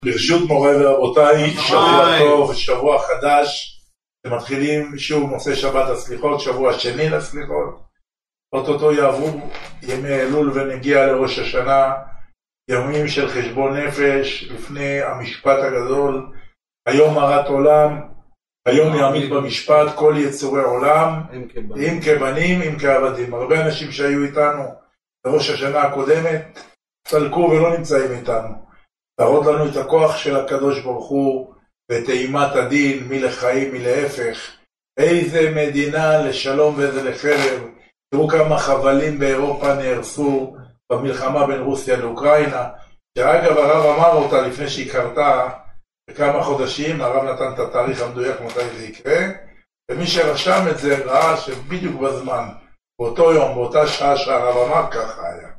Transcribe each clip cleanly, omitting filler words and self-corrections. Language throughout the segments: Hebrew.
ברשות מורי ורבותיי, שבוע טוב, שבוע חדש, שמתחילים שוב נושא שבת הסליחות, שבוע שני לסליחות, אוטוטו יעברו ימי אלול ונגיע לראש השנה, ימים של חשבון נפש לפני המשפט הגדול, היום הרת עולם, היום יעמיד במשפט כל יצורי עולם, אם כבנים, אם כעבדים. הרבה אנשים שהיו איתנו בראש השנה הקודמת, צלקו ולא נמצאים איתנו. תראות לנו את הכוח של הקדוש ברוך הוא ואת אימת הדין, מי לחיים, מי להפך. איזה מדינה לשלום ואיזה לחרב. תראו כמה חבלים באירופה נהרסו במלחמה בין רוסיה לאוקראינה, שאגב הרב אמר אותה לפני שהיא קרתה בכמה חודשים, הרב נתן את התאריך המדויק מתי זה יקרה, ומי שרשם את זה ראה שבדיוק בזמן, באותו יום, באותה שעה שהרב אמר, ככה היה.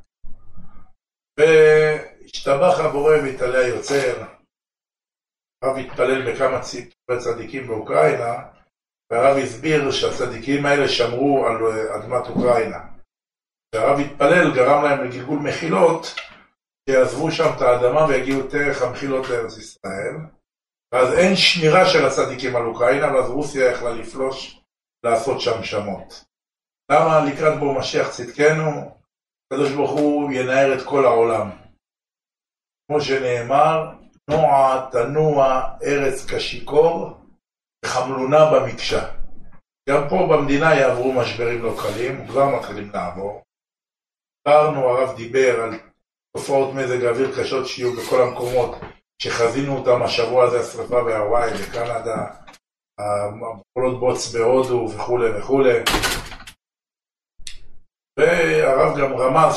והשתבח הבורא והתעלה היוצר. הרב התפלל בכמה צדיקים באוקראינה, והרב הסביר שהצדיקים האלה שמרו על אדמת אוקראינה. והרב התפלל גרם להם לגלגול מחילות, שיעזבו שם את האדמה ויגיעו דרך המחילות לארץ ישראל. ואז אין שמירה של הצדיקים על אוקראינה, ואז רוסיה יכלה לפלוש לעשות שם שמות. למה? לקראת בו משיח צדקנו, הקדוש ברוך הוא ינער את כל העולם. כמו שנאמר, נוע תנוע ארץ כשיקור, חמלונה במקשה. גם פה במדינה יעברו משברים לא קלים, כבר מתחילים לעבור. הרב דיבר על תופעות מזג האוויר קשות שיהיו בכל המקומות שחזינו אותם השבוע הזה, השרפה בהוואי, בקנדה, המחולות בוץ בהודו וכו' וכו'. והרב גם רמז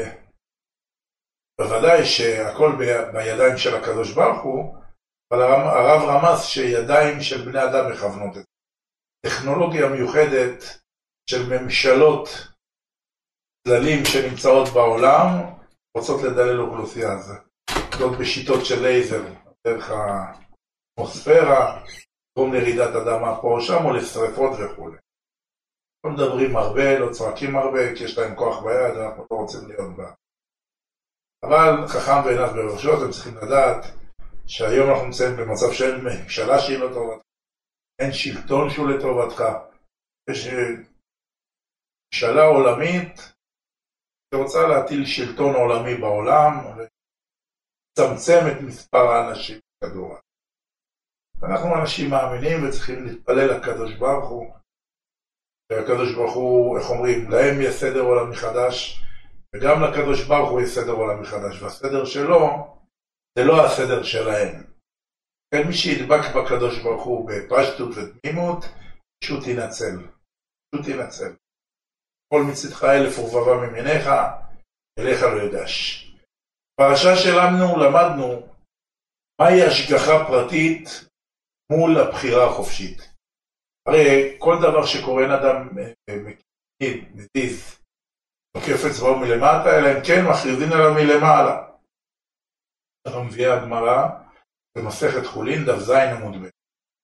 שבוודאי שהכל בידיים של הקדוש ברוך הוא, אבל הרב רמז שידיים של בני אדם מכוונות את זה. טכנולוגיה מיוחדת של ממשלות צללים שנמצאות בעולם רוצות לדלל אוכלוסייה הזה. זאת בשיטות של לייזר, דרך האטמוספירה, גורם לרעידת אדמה פה או שם או לשרפות וכו'. לא מדברים הרבה, לא צועקים הרבה, כי יש להם כוח ביד, אנחנו לא רוצים להיות בה. אבל חכם ועיניו בראשו, אתם צריכים לדעת שהיום אנחנו נמצאים במצב שאין ממשלה שהיא לא טובתך, אין שלטון שהוא לטובתך. יש ממשלה עולמית שרוצה להטיל שלטון עולמי בעולם ולצמצם את מספר האנשים בכדור. אנחנו אנשים מאמינים וצריכים להתפלל לקדוש ברוך הוא. והקדוש ברוך הוא, איך אומרים, להם יש סדר עולם מחדש, וגם לקדוש ברוך הוא יש סדר עולם מחדש, והסדר שלו זה לא הסדר שלהם. כן, מי שידבק בקדוש ברוך הוא בפשטות ותמימות, פשוט ינצל. פשוט ינצל. כל מצדך 1000 ורבבה ממניך, אליך לא ידש. פרשה שלנו למדנו מהי השגחה פרטית מול הבחירה החופשית. הרי כל דבר שקורה אין אדם מזיז, נוקף אצבעו מלמטה, אלא אם כן מכריזין עליו מלמעלה. אנחנו מביאה הגמרא במסכת חולין, דף ז עמוד ב'.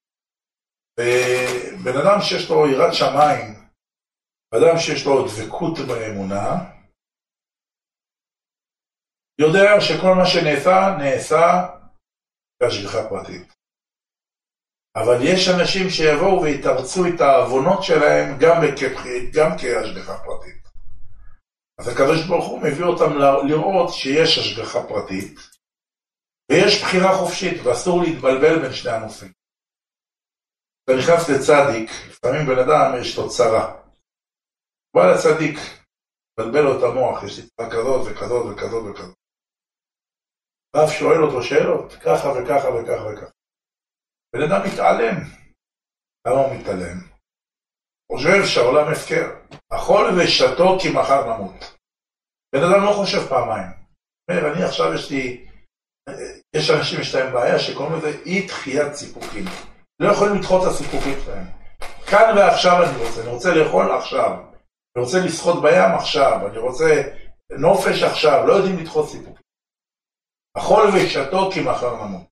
ובן אדם שיש לו יראת שמיים, אדם שיש לו דבקות באמונה, יודע שכל מה שנעשה, נעשה בהשגחה פרטית. אבל יש אנשים שיבואו ויתרצו את העוונות שלהם גם כהשגחה פרטית. אז הקדוש ברוך הוא מביא אותם לראות שיש השגחה פרטית, ויש בחירה חופשית, ואסור להתבלבל בין שני הנושאים. אתה נכנס לצדיק, לפעמים בן אדם יש לו צרה. בא לצדיק, בלבל לו את המוח, יש לי צרה כזאת וכזאת וכזאת וכזאת. רב שואל אותו שאלות, ככה וככה וככה וככה. בן אדם מתעלם. למה הוא מתעלם? חושב שהעולם הפקר. אכול ושתו כי מחר נמות. בן אדם לא חושב פעמיים. אומר, אני עכשיו יש אנשים יש להם בעיה שקוראים לזה אי דחיית סיפוקים. לא יכולים לדחות את הסיפוקים שלהם. כאן ועכשיו אני רוצה לאכול עכשיו. אני רוצה לשחות בים עכשיו. אני רוצה נופש עכשיו. לא יודעים לדחות סיפוקים. אכול ושתו כי מחר נמות.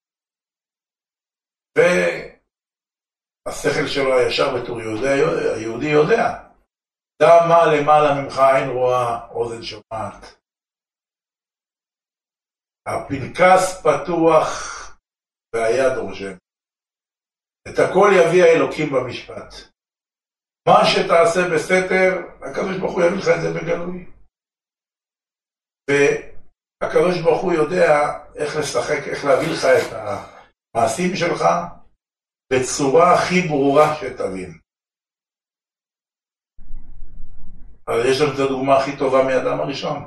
והשכל שלו הישר בתור היהודי יודע. דע מה למעלה ממך עין רואה, אוזן שומעת. הפנקס פתוח והיד רושם. את הכל יביא האלוקים במשפט. מה שתעשה בסתר, הקדוש ברוך הוא יביא לך את זה בגלוי. והקדוש ברוך הוא יודע איך לשחק, איך להביא לך את המעשים שלך בצורה הכי ברורה שתבין. אבל יש לנו את הדוגמה הכי טובה מאדם הראשון.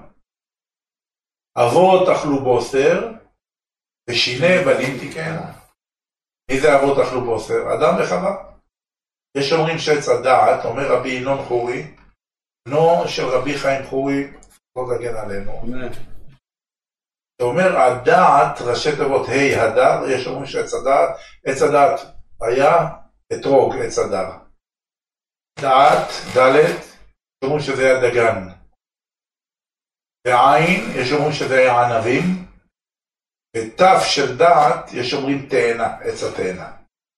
אבות אכלו בוסר, ושיני בנים תיקנה. מי זה אבות אכלו בוסר? אדם וחווה. יש אומרים שעץ הדעת, אומר רבי ינון חורי, בנו של רבי חיים חורי, לא תגן עלינו. זה אומר הדעת, ראשי תיבות ה' הדר, יש אומרים שעץ הדעת, עץ הדעת היה אתרוג עץ הדר. דעת, דלת, אומרים שזה היה דגן. ועין, יש אומרים שזה היה ענבים. ותף של דעת, יש אומרים תאנה, עץ התאנה.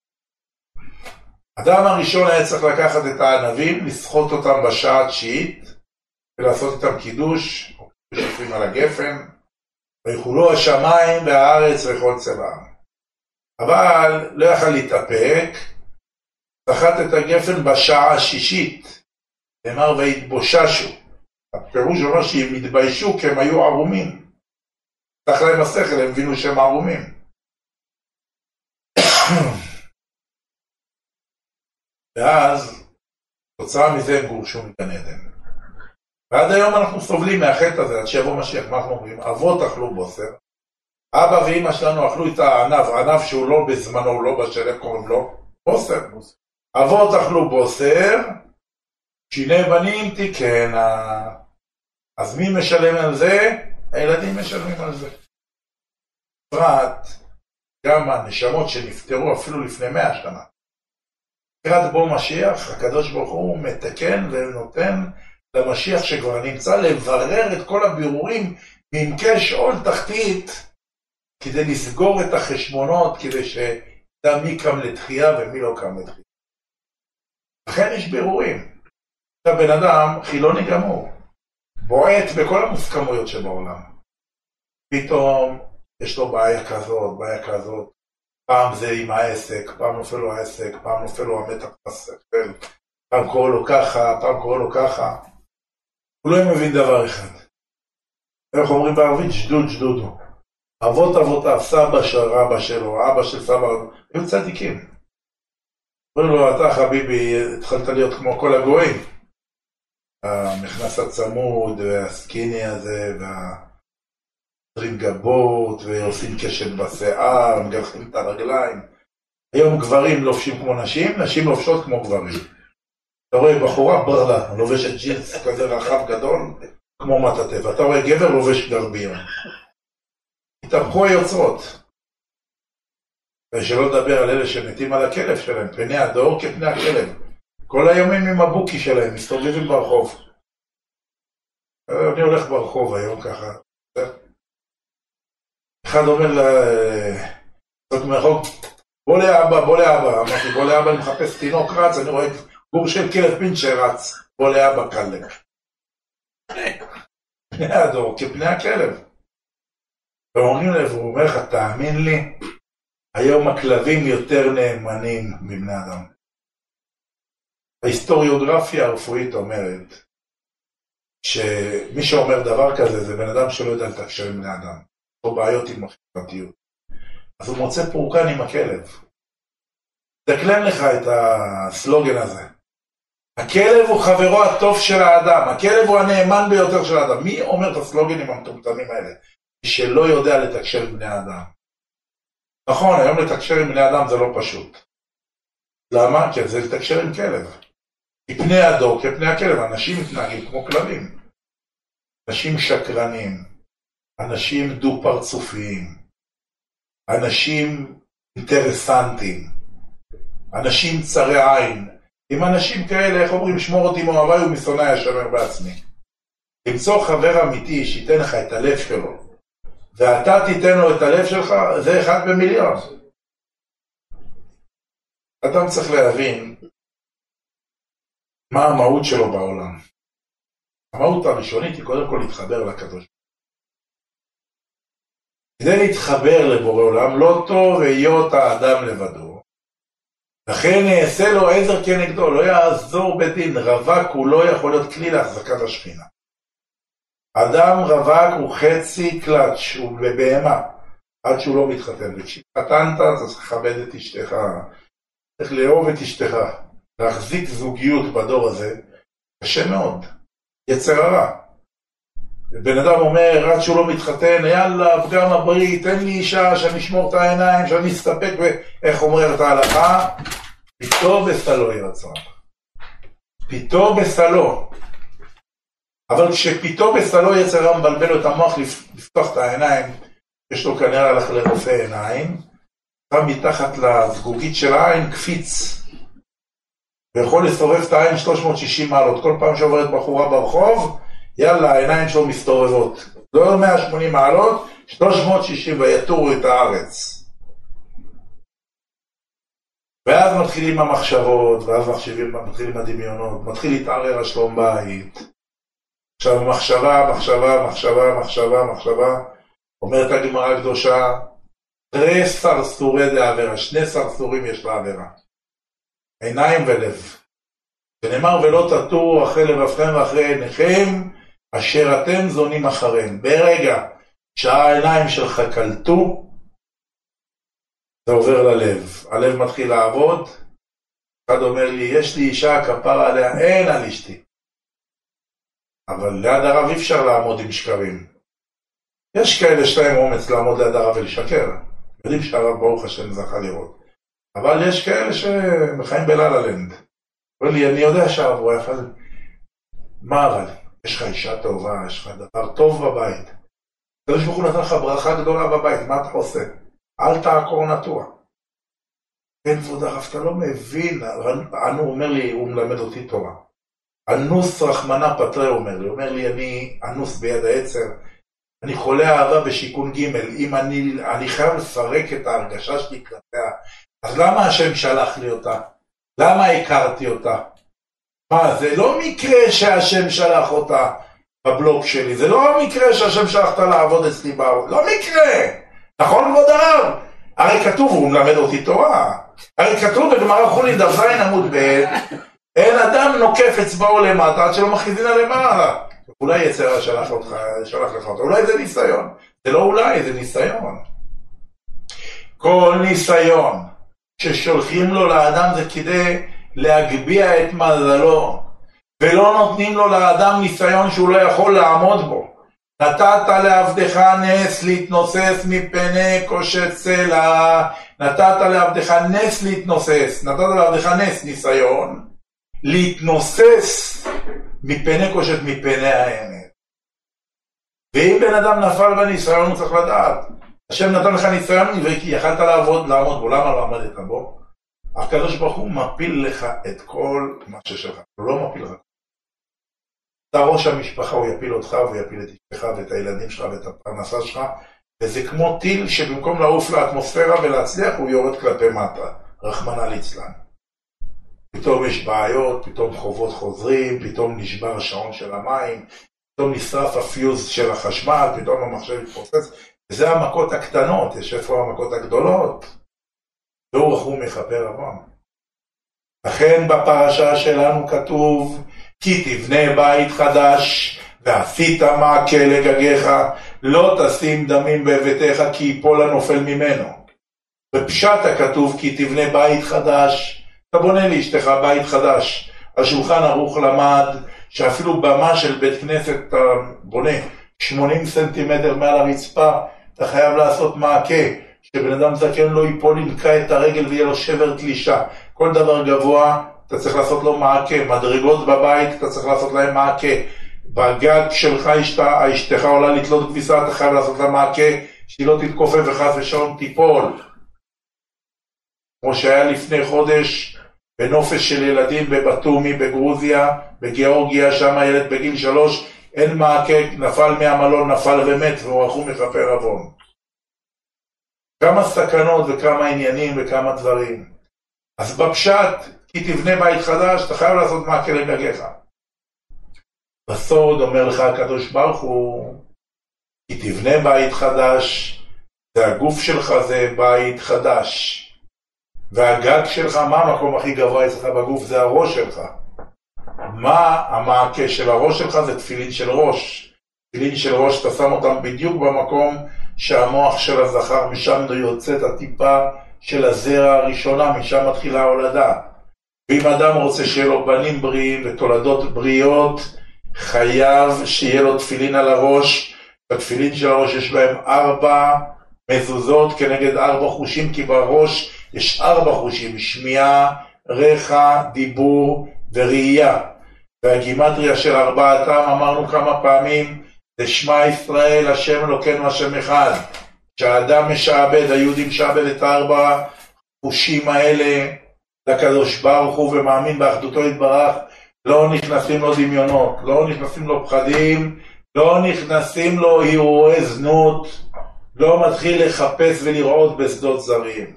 אדם הראשון היה צריך לקחת את הענבים, לסחוט אותם בשעה התשיעית, ולעשות איתם קידוש, או שופרים על הגפן, ויחולו השמיים והארץ וכל צבעם. אבל לא יכל להתאפק, סחט את הגפן בשעה השישית, נאמר והתבוששו. הפירוש אומר שהם התביישו כי הם היו ערומים. פתח להם השכל, הם הבינו שהם ערומים. ואז, תוצאה מזה הם גורשו מגן עדן. ועד היום אנחנו סובלים מהחטא הזה, עד שיבוא משיח, מה אנחנו אומרים? אבות אכלו בוסר, אבא ואמא שלנו אכלו את הענב, הענב שהוא לא בזמנו, הוא לא בשל, איך קוראים לו? בוסר. אבות אכלו בוסר, שיני בנים תיקנה. אז מי משלם על זה? הילדים משלמים על זה. פרט, גם הנשמות שנפטרו אפילו לפני 100 שנה. לקראת בו משיח, הקדוש ברוך הוא מתקן ונותן למשיח שכבר נמצא לברר את כל הבירורים מעמקי שאול תחתית, כדי לסגור את החשבונות, כדי שדע מי קם לתחייה ומי לא קם לתחייה. לכן יש בירורים. הבן אדם חילוני גמור, בועט בכל המוסכמויות שבעולם. פתאום יש לו בעיה כזאת, בעיה כזאת. פעם זה עם העסק, פעם נופל לו העסק, פעם נופל לו המתח בספל, פעם קורא לו ככה, פעם קורא לו ככה. הוא לא מבין דבר אחד. איך אומרים בערבית? שדוד שדודו. אבות אבותיו, סבא של רבא שלו, אבא של סבא, היו צדיקים. אומרים לו, אתה חביבי, התחלת להיות כמו כל הגויים. המכנס הצמוד, והסקיני הזה, והדרים גבות, ועושים קשת בשיער, מגלחים את הרגליים. היום גברים לובשים כמו נשים, נשים לובשות כמו גברים. אתה רואה בחורה ברדה, לובשת ג'ינס כזה רחב גדול, כמו מטאטא, ואתה רואה גבר לובש גרביון. התהפכו היוצרות. ושלא לדבר על אלה שמתים על הכלב שלהם, פני הדור כפני הכלב. כל היומים עם הבוקי שלהם, מסתובבים ברחוב. אני הולך ברחוב היום ככה. אחד אומר זאת מרחוב, בוא לאבא, בוא לאבא. אמרתי, בוא לאבא, אני מחפש תינוק רץ, אני רואה גור של כלב פינצ'ר רץ. בוא לאבא קלק. פני הדור כפני הכלב. ואומרים לב, הוא אומר לך, תאמין לי, היום הכלבים יותר נאמנים מבני אדם. ההיסטוריוגרפיה הרפואית אומרת שמי שאומר דבר כזה זה בן אדם שלא יודע לתקשר עם בני אדם, או בעיות עם החברתיות. אז הוא מוצא פורקן עם הכלב. תקלם לך את הסלוגן הזה. הכלב הוא חברו הטוב של האדם, הכלב הוא הנאמן ביותר של האדם. מי אומר את הסלוגנים המטומטמים האלה? מי שלא יודע לתקשר עם בני האדם. נכון, היום לתקשר עם בני אדם זה לא פשוט. למה? כי זה לתקשר עם כלב. כפני הדור, כפני הכלב, אנשים מתנהגים כמו כלבים. אנשים שקרנים, אנשים דו-פרצופיים, אנשים אינטרסנטים, אנשים צרי עין. עם אנשים כאלה, איך אומרים, שמור אותי מאוהבי ומשונאי אשמר בעצמי. למצוא חבר אמיתי שייתן לך את הלב שלו, ואתה תיתן לו את הלב שלך, זה אחד במיליון. אדם צריך להבין מה המהות שלו בעולם. המהות הראשונית היא קודם כל להתחבר לקדוש. כדי להתחבר לבורא עולם, לא טוב היות האדם לבדו. לכן יעשה לו עזר כנגדו, לא יעזור בדין, רווק הוא לא יכול להיות כלי להחזקת השכינה. אדם רווק הוא חצי קלאץ', הוא בבהמה, עד שהוא לא מתחתן. וכשהתחתנת, אתה צריך לכבד את אשתך, צריך לאהוב את אשתך, להחזיק זוגיות בדור הזה, קשה מאוד, יצר הרע. בן אדם אומר, עד שהוא לא מתחתן, יאללה, פגם הברית, תן לי אישה שאני אשמור את העיניים, שאני אסתפק, ואיך אומרת ההלכה? פיתו בסלו ירצון. פיתו בסלו. אבל כשפיתו בסלו יצר הרע מבלבל לו את המוח לפתוח את העיניים, יש לו כנראה הלך לרופא עיניים, שם מתחת לזגוגית של העין קפיץ, ויכול לסובב את העין 360 מעלות, כל פעם שעוברת בחורה ברחוב, יאללה, העיניים שלו מסתובבות. לא 180 מעלות, 360 ויתורו את הארץ. ואז מתחילים המחשבות, ואז מתחילים הדמיונות, מתחיל להתערער השלום בית. עכשיו מחשבה, אומרת הגמרא הקדושה, תרי סרסורי דעבירה, 2 סרסורים יש לעבירה. עיניים ולב. ונאמר ולא תטורו אחרי לבבכם ואחרי עיניכם, אשר אתם זונים אחריהם. ברגע שהעיניים שלך קלטו, זה עובר ללב. הלב מתחיל לעבוד. אחד אומר לי, יש לי אישה כפרה עליה, אין על אשתי. אבל ליד הרב אי אפשר לעמוד עם שקרים. יש כאלה שלהם אומץ לעמוד ליד הרב ולשקר. יודעים שהרב ברוך השם זכה לראות. אבל יש כאלה שמחיים בללנד. אומר לי, אני יודע שהרב הוא יפה. מה אבל? יש לך אישה טובה, יש לך דבר טוב בבית. הקדוש ברוך הוא נתן לך ברכה גדולה בבית, מה אתה עושה? אל תעקור נטוע. כן, כבוד הרב, אתה לא מבין. הוא אומר לי, הוא מלמד אותי תורה. אנוס רחמנה פטרה, הוא אומר לי, אני אנוס ביד העצר. אני חולה אהבה בשיקון ג' אם אני חייב לפרק את ההרגשה שלי כלפיה. אז למה השם שלח לי אותה? למה הכרתי אותה? מה, זה לא מקרה שהשם שלח אותה בבלוג שלי, זה לא מקרה שהשם שלח אותה לעבוד אצלי בעבוד, לא מקרה, נכון כבוד הרב? הרי כתוב, הוא מלמד אותי תורה, הרי כתוב בגמרא חולין דף ז עמוד ב', אין אדם נוקף אצבעו למטה עד שלא מכריזין עליו למעלה. אולי יצר שלח לך אותה, אולי זה ניסיון, זה לא אולי, זה ניסיון. כל ניסיון ששולחים לו לאדם זה כדי להגביע את מזלו, ולא נותנים לו לאדם ניסיון שהוא לא יכול לעמוד בו. נתת לעבדך נס להתנוסס מפני קושת סלע, נתת לעבדך נס להתנוסס, נתת לעבדך נס ניסיון, להתנוסס מפני קושת מפני האמת. ואם בן אדם נפל בניסיון הוא צריך לדעת, השם נתן לך ניסיון ויכלת לעמוד בו, למה לא עמדת בו? הקדוש ברוך הוא מפיל לך את כל מה ששלך, הוא לא מפיל לך. אתה ראש המשפחה, הוא יפיל אותך, הוא יפיל את אשתך ואת הילדים שלך ואת הפרנסה שלך, וזה כמו טיל שבמקום לעוף לאטמוספירה ולהצליח, הוא יורד כלפי מטה, רחמנא ליצלן. פתאום יש בעיות, פתאום חובות חוזרים, פתאום נשבר השעון של המים, פתאום נשרף הפיוז של החשמל, פתאום המחשב יתפוצץ, וזה המכות הקטנות, יש איפה המכות הגדולות. והוא רחום מכפר עוון. לכן בפרשה שלנו כתוב, כי תבנה בית חדש, ועשית מעקה לגגיך, לא תשים דמים בביתך, כי ייפול הנופל ממנו. בפשט הכתוב, כי תבנה בית חדש, אתה בונה לאשתך בית חדש. השולחן ערוך למד, שאפילו במה של בית כנסת אתה בונה 80 סנטימטר מעל הרצפה, אתה חייב לעשות מעקה, שבן אדם זקן לא ייפול, ינקע את הרגל ויהיה לו שבר תלישה. כל דבר גבוה, אתה צריך לעשות לו מעקה. מדרגות בבית, אתה צריך לעשות להם מעקה. בגג שלך אשתך עולה לתלות כביסה, אתה חייב לעשות לה מעקה, שהיא לא תתכופף וחס ושלום תיפול. כמו שהיה לפני חודש, בנופש של ילדים בבטומי, בגרוזיה, בגיאורגיה, שם הילד בגיל 3, אין מעקה, נפל מהמלון, נפל ומת, והוא רחום מכפר עוון. כמה סכנות וכמה עניינים וכמה דברים. אז בפשט, כי תבנה בית חדש, אתה חייב לעשות מעקה לגגיך. בסוד אומר לך הקדוש ברוך הוא, כי תבנה בית חדש, זה הגוף שלך, זה בית חדש. והגג שלך, מה המקום הכי גבוה אצלך בגוף? זה הראש שלך. מה המעקה של הראש שלך? זה תפילין של ראש. תפילין של ראש, אתה שם אותם בדיוק במקום שהמוח של הזכר, משם יוצאת הטיפה של הזרע הראשונה, משם מתחילה ההולדה. ואם אדם רוצה שיהיה לו בנים בריאים ותולדות בריאות, חייב שיהיה לו תפילין על הראש. בתפילין של הראש יש בהם 4 מזוזות כנגד 4 חושים, כי בראש יש 4 חושים, שמיעה, ריחה, דיבור וראייה. והגימטריה של 4 אמרנו כמה פעמים, זה שמע ישראל, השם אלוקינו השם אחד. כשהאדם משעבד, היהודי משעבד את 4 חושים האלה לקדוש ברוך הוא ומאמין באחדותו יתברך, לא נכנסים לו דמיונות, לא נכנסים לו פחדים, לא נכנסים לו הרהורי זנות, לא מתחיל לחפש ולראות בשדות זרים.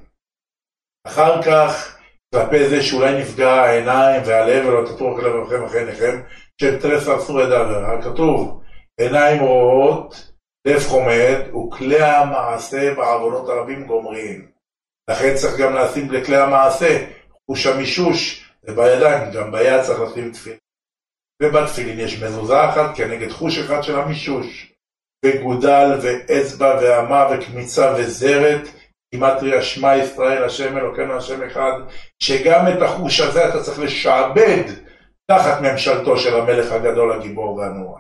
אחר כך, כלפי זה שאולי נפגע העיניים והלב ולא תטרוח לבבכם אחרי עיניכם, שהם תרס ארסו ידבר. כתוב, עיניים רואות, לב חומד, וכלי המעשה בעוונות הרבים גומרים. לכן צריך גם לשים לכלי המעשה, חוש המישוש, זה בידיים, גם ביד צריך לשים תפילין. ובתפילין יש מזוזה אחת כנגד חוש אחד של המישוש, וגודל ואצבע ואמה וקמיצה וזרת, גימטריה שמע ישראל, השם אלוקינו השם אחד, שגם את החוש הזה אתה צריך לשעבד תחת ממשלתו של המלך הגדול, הגיבור והנורא.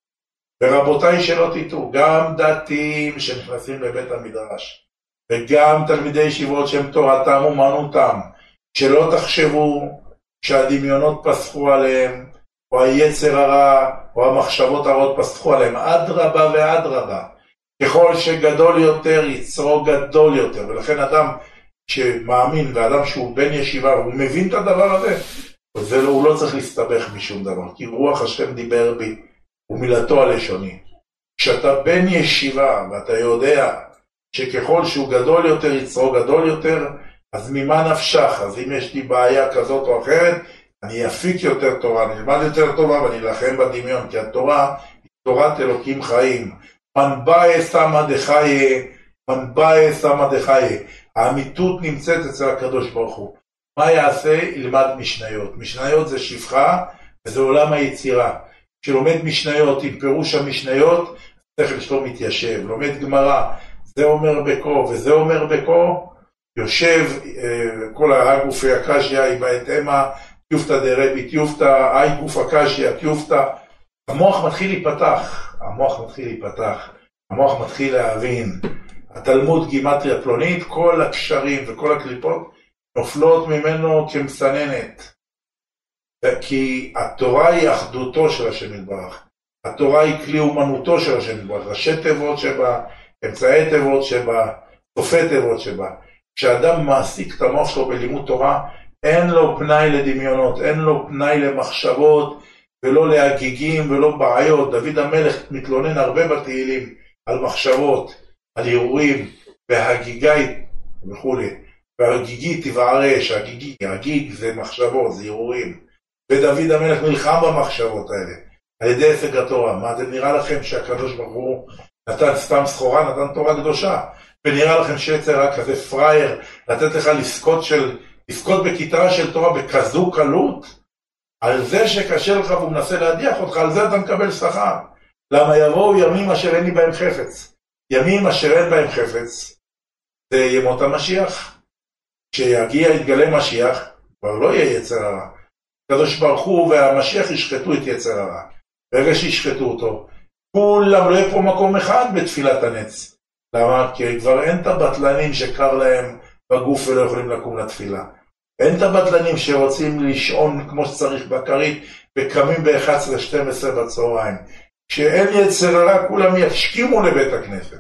ורבותיי שלא תטעו, גם דתיים שנכנסים לבית המדרש, וגם תלמידי ישיבות שהם תורתם אומנותם, שלא תחשבו שהדמיונות פסחו עליהם, או היצר הרע, או המחשבות הרעות פסחו עליהם. אדרבה ואדרבה. ככל שגדול יותר, יצרו גדול יותר. ולכן אדם שמאמין, ואדם שהוא בן ישיבה, הוא מבין את הדבר הזה, הוא לא צריך להסתבך משום דבר. כי רוח השם דיבר בי, ומילתו הלשוני. כשאתה בן ישיבה, ואתה יודע שככל שהוא גדול יותר, יצרו גדול יותר, אז ממה נפשך? אז אם יש לי בעיה כזאת או אחרת, אני אפיק יותר תורה, אני אלמד יותר טובה ואני אלחם בדמיון, כי התורה היא תורת אלוקים חיים. מנבאי סמא דחיי, מנבאי סמא דחיי. האמיתות נמצאת אצל הקדוש ברוך הוא. מה יעשה? ילמד משניות. משניות זה שפחה וזה עולם היצירה. כשלומד משניות עם פירוש המשניות, שכל שלו מתיישב. לומד גמרא, זה אומר בקו וזה אומר בקו, יושב כל הגופי הקשיא, היא בהתאמה, טיופתא דרבי, טיופתא, אי גוף הקשיא, טיופתא. המוח מתחיל להיפתח, המוח מתחיל להבין. התלמוד גימטריה פלונית, כל הקשרים וכל הקליפות נופלות ממנו כמסננת. כי התורה היא אחדותו של השם יתברך. התורה היא כלי אומנותו של השם יתברך. ראשי תיבות שבה, אמצעי תיבות שבה, סופי תיבות שבה. כשאדם מעסיק את המוח שלו בלימוד תורה, אין לו פנאי לדמיונות, אין לו פנאי למחשבות, ולא להגיגים ולא בעיות. דוד המלך מתלונן הרבה בתהילים על מחשבות, על הרהורים, והגיגית וכו'. והגיגית תבערש, הגיג זה מחשבות, זה הרהורים. ודוד המלך נלחם במחשבות האלה, על ידי הישג התורה. מה זה נראה לכם שהקדוש ברוך הוא נתן סתם סחורה, נתן תורה קדושה? ונראה לכם שיצר רק כזה פרייר, לתת לך לזכות בכיתרה של תורה בכזו קלות? על זה שקשה לך והוא מנסה להדיח אותך, על זה אתה מקבל שכר. למה יבואו ימים אשר אין לי בהם חפץ. ימים אשר אין בהם חפץ, זה ימות המשיח. כשיגיע יתגלה משיח, כבר לא יהיה יצר הרע. הקדוש ברוך הוא והמשיח ישחטו את יצר הרע. ברגע שישחטו אותו, כולם לא יהיה פה מקום אחד בתפילת הנץ. למה? כי כבר אין את הבטלנים שקר להם בגוף ולא יכולים לקום לתפילה. אין את הבטלנים שרוצים לישון כמו שצריך בקרית וקמים ב-11-12 בצהריים. כשאין יצר הרע כולם ישכימו לבית הכנסת.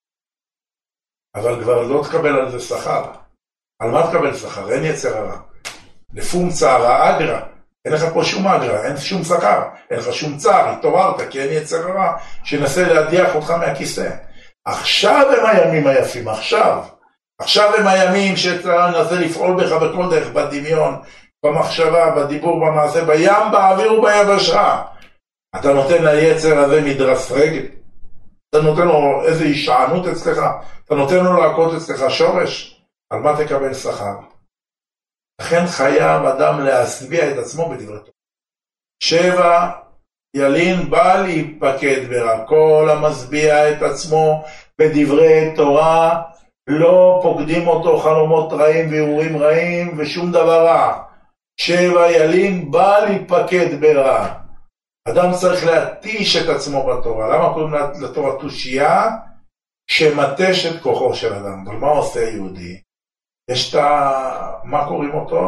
אבל כבר לא תקבל על זה שכר. על מה תקבל שכר? אין יצר הרע. לפום צערה אגרה. אין לך פה שום אגרה, אין שום שכר. אין לך שום צער, התעוררת כי אין יצר הרע שנסה להדיח אותך מהכיסא. עכשיו הם הימים היפים, עכשיו הם הימים שאתה ננסה לפעול בך בכל דרך, בדמיון, במחשבה, בדיבור, במעשה, בים, באוויר וביבשה. אתה נותן ליצר הזה מדרס רגל. אתה נותן לו איזה הישענות אצלך, אתה נותן לו להכות אצלך שורש, על מה תקבל שכר? לכן חייב אדם להשביע את עצמו בדברי תורה. 7, ילין בא להיפקד ברע. כל המשביע את עצמו בדברי תורה, לא פוקדים אותו חלומות רעים והרהורים רעים ושום דבר רע. 7, ילין בא להיפקד ברע. אדם צריך להתיש את עצמו בתורה. למה קוראים לתורה תושייה? שמתש את כוחו של אדם. אבל מה עושה יהודי? יש את מה קוראים אותו?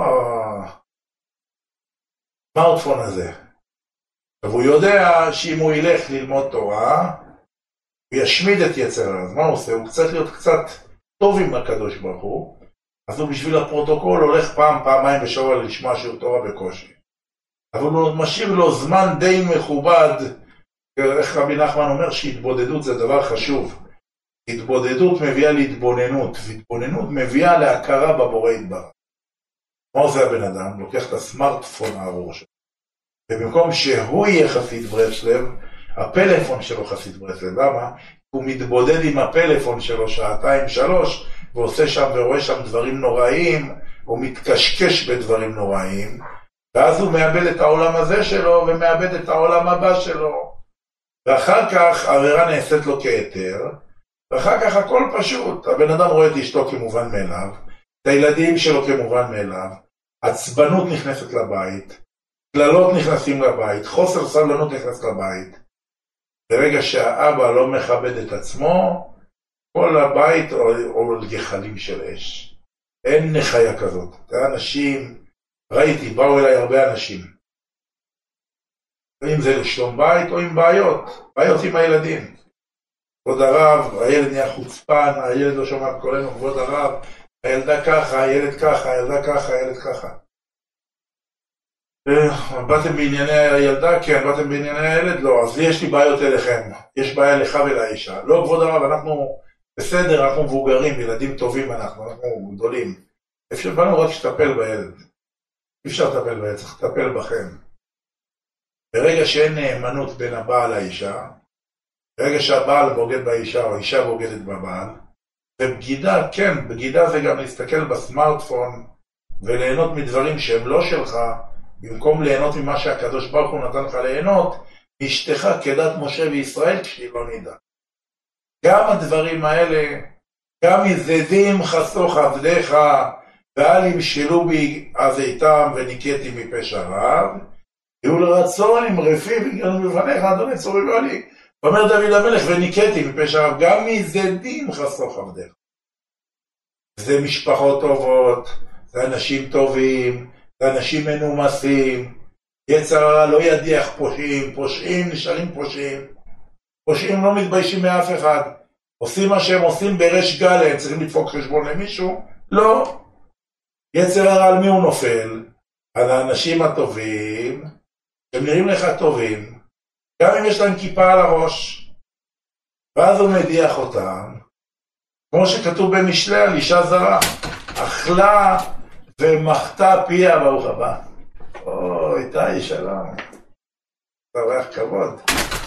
הסמארטפון הזה. והוא יודע שאם הוא ילך ללמוד תורה, הוא ישמיד את יצר הרע. אז מה הוא עושה? הוא צריך להיות קצת טוב עם הקדוש ברוך הוא, אז הוא בשביל הפרוטוקול הולך פעמיים בשבוע לשמוע שיעור תורה בקושי. אבל הוא משאיר לו זמן די מכובד, איך רבי נחמן אומר שהתבודדות זה דבר חשוב. התבודדות מביאה להתבוננות, והתבוננות מביאה להכרה בבורא יתברך. מה עושה הבן אדם? לוקח את הסמארטפון הארור שלו, ובמקום שהוא יהיה חסיד ברסלב, הפלאפון שלו חסיד ברסלב. למה? הוא מתבודד עם הפלאפון שלו 2-3, ועושה שם ורואה שם דברים נוראים, הוא מתקשקש בדברים נוראים, ואז הוא מאבד את העולם הזה שלו, ומאבד את העולם הבא שלו. ואחר כך העבירה נעשית לו כיתר, ואחר כך הכל פשוט. הבן אדם רואה את אשתו כמובן מאליו, את הילדים שלו כמובן מאליו, עצבנות נכנסת לבית, כללות נכנסים לבית, חוסר סבלנות נכנס לבית. ברגע שהאבא לא מכבד את עצמו, כל הבית עול גחלים של אש. אין נחיה כזאת. אנשים, ראיתי, באו אליי הרבה אנשים. אם זה לשלום בית או עם בעיות עם הילדים. כבוד הרב, הילד נהיה חוצפן, הילד לא שומע את קולנו, כבוד הרב, הילדה ככה, הילד ככה, הילדה ככה, הילד ככה. באתם בענייני הילדה? כן. באתם בענייני הילד? לא. אז יש לי בעיות אליכם. יש בעיה לך ולאישה. לא, כבוד הרב, אנחנו בסדר, אנחנו מבוגרים, ילדים טובים אנחנו גדולים. אפשר באנו רק שתטפל בילד. אי אפשר לטפל בילד, צריך לטפל בכם. ברגע שאין נאמנות בין הבעל לאישה, ברגע שהבעל בוגד באישה או האישה בוגדת בבעל, ובגידה, כן, בגידה זה גם להסתכל בסמארטפון וליהנות מדברים שהם לא שלך, במקום ליהנות ממה שהקדוש ברוך הוא נתן לך ליהנות, אשתך כדת משה וישראל כשהיא לא נדע. גם הדברים האלה, גם מזדים חסוך עבדיך, ואל ימשלו בי הזיתם וניקאתי מפשע רב, יהיו לרצון עם רפי והגענו בפניך, אדוני צוררו לי. ואומר דוד המלך, וניקאתי מפשע רב, גם מזדים חסוך עבדיך. זה משפחות טובות, זה אנשים טובים, זה אנשים מנומסים, יצר הרע לא ידיח פושעים, פושעים נשארים פושעים, פושעים לא מתביישים מאף אחד, עושים מה שהם עושים בריש גלי, הם צריכים לדפוק חשבון למישהו? לא. יצר הרע על מי הוא נופל? על האנשים הטובים, הם נראים לך טובים, גם אם יש להם כיפה על הראש, ואז הוא מדיח אותם, כמו שכתוב במשלי על אישה זרה, אכלה ומחתה פיה, ברוך הבא. אוי, תאי, שלום. אתה רואה כבוד.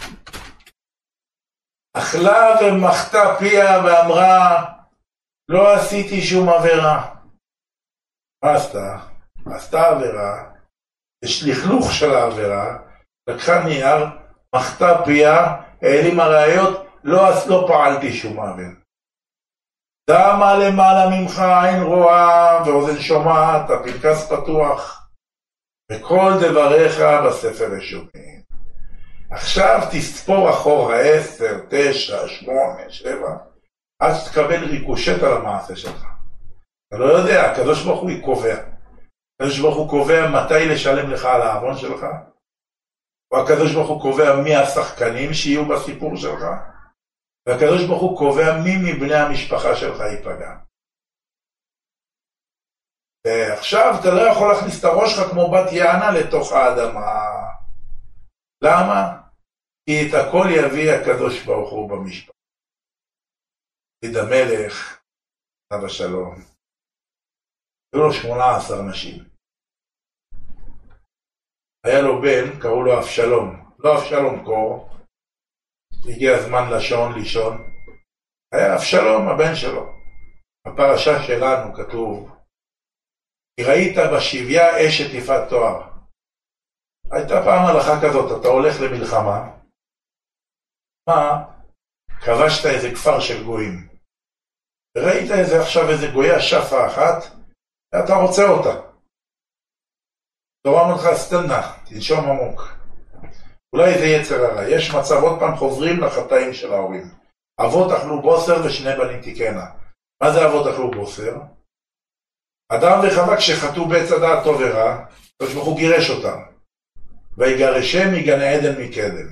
אכלה ומחתה פיה ואמרה, לא עשיתי שום עבירה. מה עשתה? עשתה עבירה, יש לכלוך של העבירה, לקחה נייר, מחתה פיה, העלימה ראיות, לא פעלתי שום עבירה. דמה למעלה ממך עין רואה ואוזן שומעת, הפנקס פתוח, וכל דבריך בספר רשומים. עכשיו תספור אחורה 10, 9, 8, 7, עד שתקבל ריקושט על המעשה שלך. אתה לא יודע, הקדוש ברוך הוא קובע. הקדוש ברוך הוא קובע מתי לשלם לך על העוון שלך, או הקדוש ברוך הוא קובע מי השחקנים שיהיו בסיפור שלך, והקדוש ברוך הוא קובע מי מבני המשפחה שלך ייפגע. ועכשיו אתה לא יכול להכניס את הראש שלך כמו בת יענה לתוך האדמה. למה? כי את הכל יביא הקדוש ברוך הוא במשפחה. דוד המלך, עליו השלום, היו לו 18 נשים. היה לו בן, קראו לו אבשלום, לא אבשלום קור, הגיע הזמן לשעון לישון, היה אבשלום הבן שלו. בפרשה שלנו כתוב, כי ראית בשביה אשת יפת תואר. הייתה פעם הלכה כזאת, אתה הולך למלחמה, מה? כבשת איזה כפר של גויים. וראית עכשיו איזה גויה שפה אחת, ואתה רוצה אותה. תורה אמרת לך, סתנה, תנשום עמוק. אולי זה יצר הרע. יש מצב, עוד פעם חוזרים לחטאים של ההורים. אבות אכלו בוסר ושני בנים תיקנה. מה זה אבות אכלו בוסר? אדם וחווה כשחטאו בעץ הדעת טוב ורע, הוא גירש אותם. ויגרשם מגן עדן מקדם.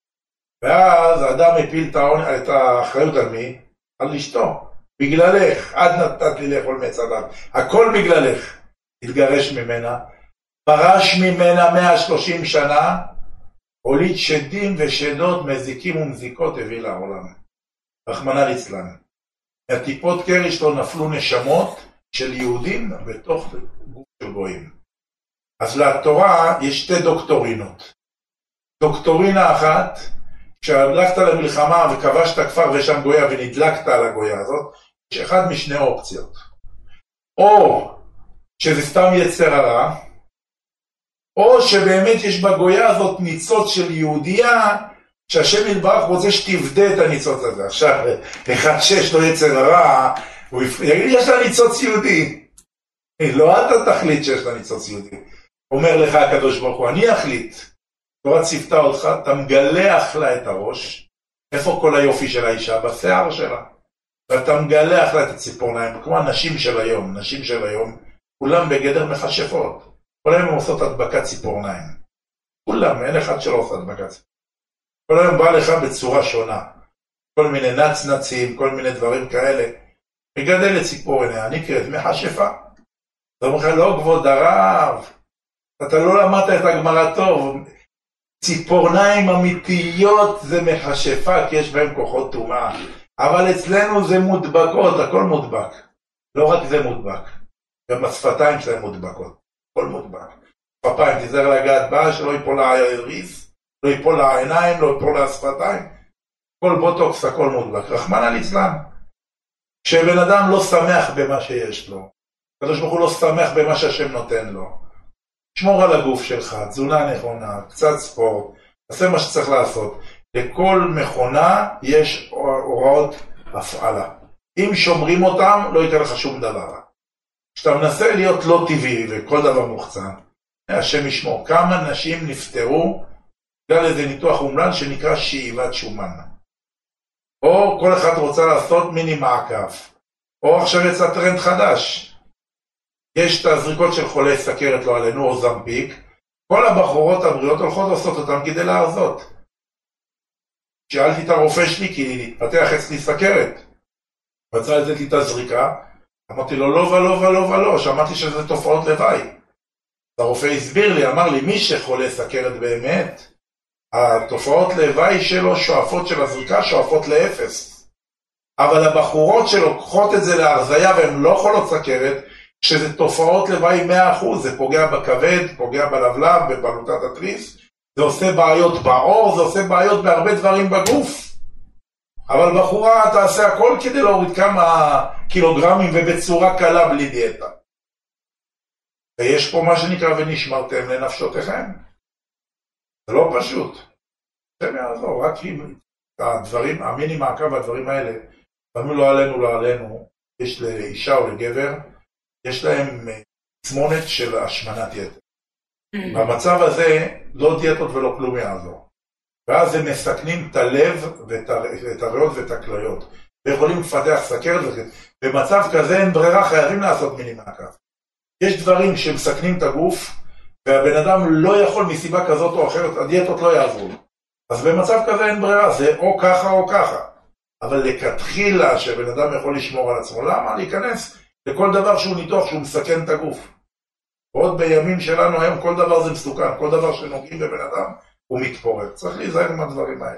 ואז האדם הפיל את האחריות על מי? על אשתו. בגללך, עד נתת לי לאכול מעץ הדעת. הכל בגללך. התגרש ממנה. פרש ממנה 130 שנה, הוליד שדים ושדות, מזיקים ומזיקות הביא לעולם. רחמנא ליצלן. מהטיפות קרי שלו נפלו נשמות של יהודים בתוך גוף של גויים. אז לתורה יש שתי דוקטורינות. דוקטורינה אחת, כשהלכת למלחמה וכבשת כפר ושם גויה ונדלקת על הגויה הזאת, יש אחד משני אופציות. או שזה סתם יצר הרע, או שבאמת יש בגויה הזאת ניצוץ של יהודייה, שהשם יתברך רוצה שתבדה את הניצוץ הזה. עכשיו, אחד שיש לו יצר הרע, הוא יגיד, יש לה ניצוץ יהודי. לא אתה תחליט שיש לה ניצוץ יהודי. אומר לך הקדוש ברוך הוא, אני אחליט. תורה ציוותה אותך, אתה מגלח לה את הראש. איפה כל היופי של האישה? בשיער שלה. ואתה מגלח לה את הציפורניים, כמו הנשים של היום. נשים של היום, כולם בגדר מכשפות. כל היום הם עושות הדבקת ציפורניים. כולם, אין אחד שלא עושה הדבקת ציפורניים. כל היום בא לך בצורה שונה. כל מיני נצנצים, כל מיני דברים כאלה. מגדל את ציפורניה, נקראת מכשפה. זאת אומרת, לא כבוד הרב. אתה לא למדת את הגמרא טוב. ציפורניים אמיתיות זה מכשפה, כי יש בהם כוחות טומאה. אבל אצלנו זה מודבקות, הכל מודבק. לא רק זה מודבק. גם השפתיים שלהם מודבקות. הכל מודבק. פפיים, תיזהר לגעת בה, שלא ייפול העריס, לא ייפול העיניים, לא ייפול השפתיים. כל בוטוקס, הכל מודבק. רחמנא ליצלן. כשבן אדם לא שמח במה שיש לו, הקדוש ברוך הוא לא שמח במה שהשם נותן לו, שמור על הגוף שלך, תזונה נכונה, קצת ספורט, תעשה מה שצריך לעשות. לכל מכונה יש הוראות הפעלה. אם שומרים אותם, לא יקרה לך שום דבר. כשאתה מנסה להיות לא טבעי וכל דבר מוחצן, השם ישמור. כמה נשים נפטרו בגלל איזה ניתוח אומלל שנקרא שאיבת שומן. או כל אחד רוצה לעשות מיני מעקב. או עכשיו יצא טרנד חדש. יש את הזריקות של חולי סכרת, לא עלינו, או זמפיק. כל הבחורות הבריאות הולכות לעשות אותם כדי להרזות. שאלתי את הרופא שלי כי נתפתח אצלי סכרת. רצה לתת לי את הזריקה. אמרתי לו לא ולא ולא ולא, שמעתי שזה תופעות לוואי. הרופא הסביר לי, אמר לי, מי שחולה סכרת באמת, התופעות לוואי שלו שואפות של הזריקה שואפות לאפס. אבל הבחורות שלוקחות את זה להרזיה והן לא חולות סכרת, שזה תופעות לוואי 100%, זה פוגע בכבד, פוגע בלבלב, בבלוטת התריס, זה עושה בעיות בעור, זה עושה בעיות בהרבה דברים בגוף. אבל בחורה תעשה הכל כדי להוריד כמה קילוגרמים ובצורה קלה בלי דיאטה. ויש פה מה שנקרא ונשמרתם לנפשותיכם. זה לא פשוט. זה יעזור, רק אם הדברים, המיני מעקב והדברים האלה, תמיד לא עלינו, לא עלינו, יש לאישה או לגבר, יש להם תסמונת של השמנת יתר. במצב הזה לא דיאטות ולא כלום יעזור. ואז הם מסכנים את הלב ואת הריאות ואת הכליות. ויכולים לפתח סכרת. במצב כזה אין ברירה, חייבים לעשות מיני מעקב. יש דברים שמסכנים את הגוף, והבן אדם לא יכול מסיבה כזאת או אחרת, הדיאטות לא יעזרו. אז במצב כזה אין ברירה, זה או ככה או ככה. אבל לכתחילה שבן אדם יכול לשמור על עצמו, למה? להיכנס לכל דבר שהוא ניתוח, שהוא מסכן את הגוף. ועוד בימים שלנו היום כל דבר זה מסוכן, כל דבר שנוגעים בבן אדם הוא מתפורר. צריך להיזהר מהדברים האלה.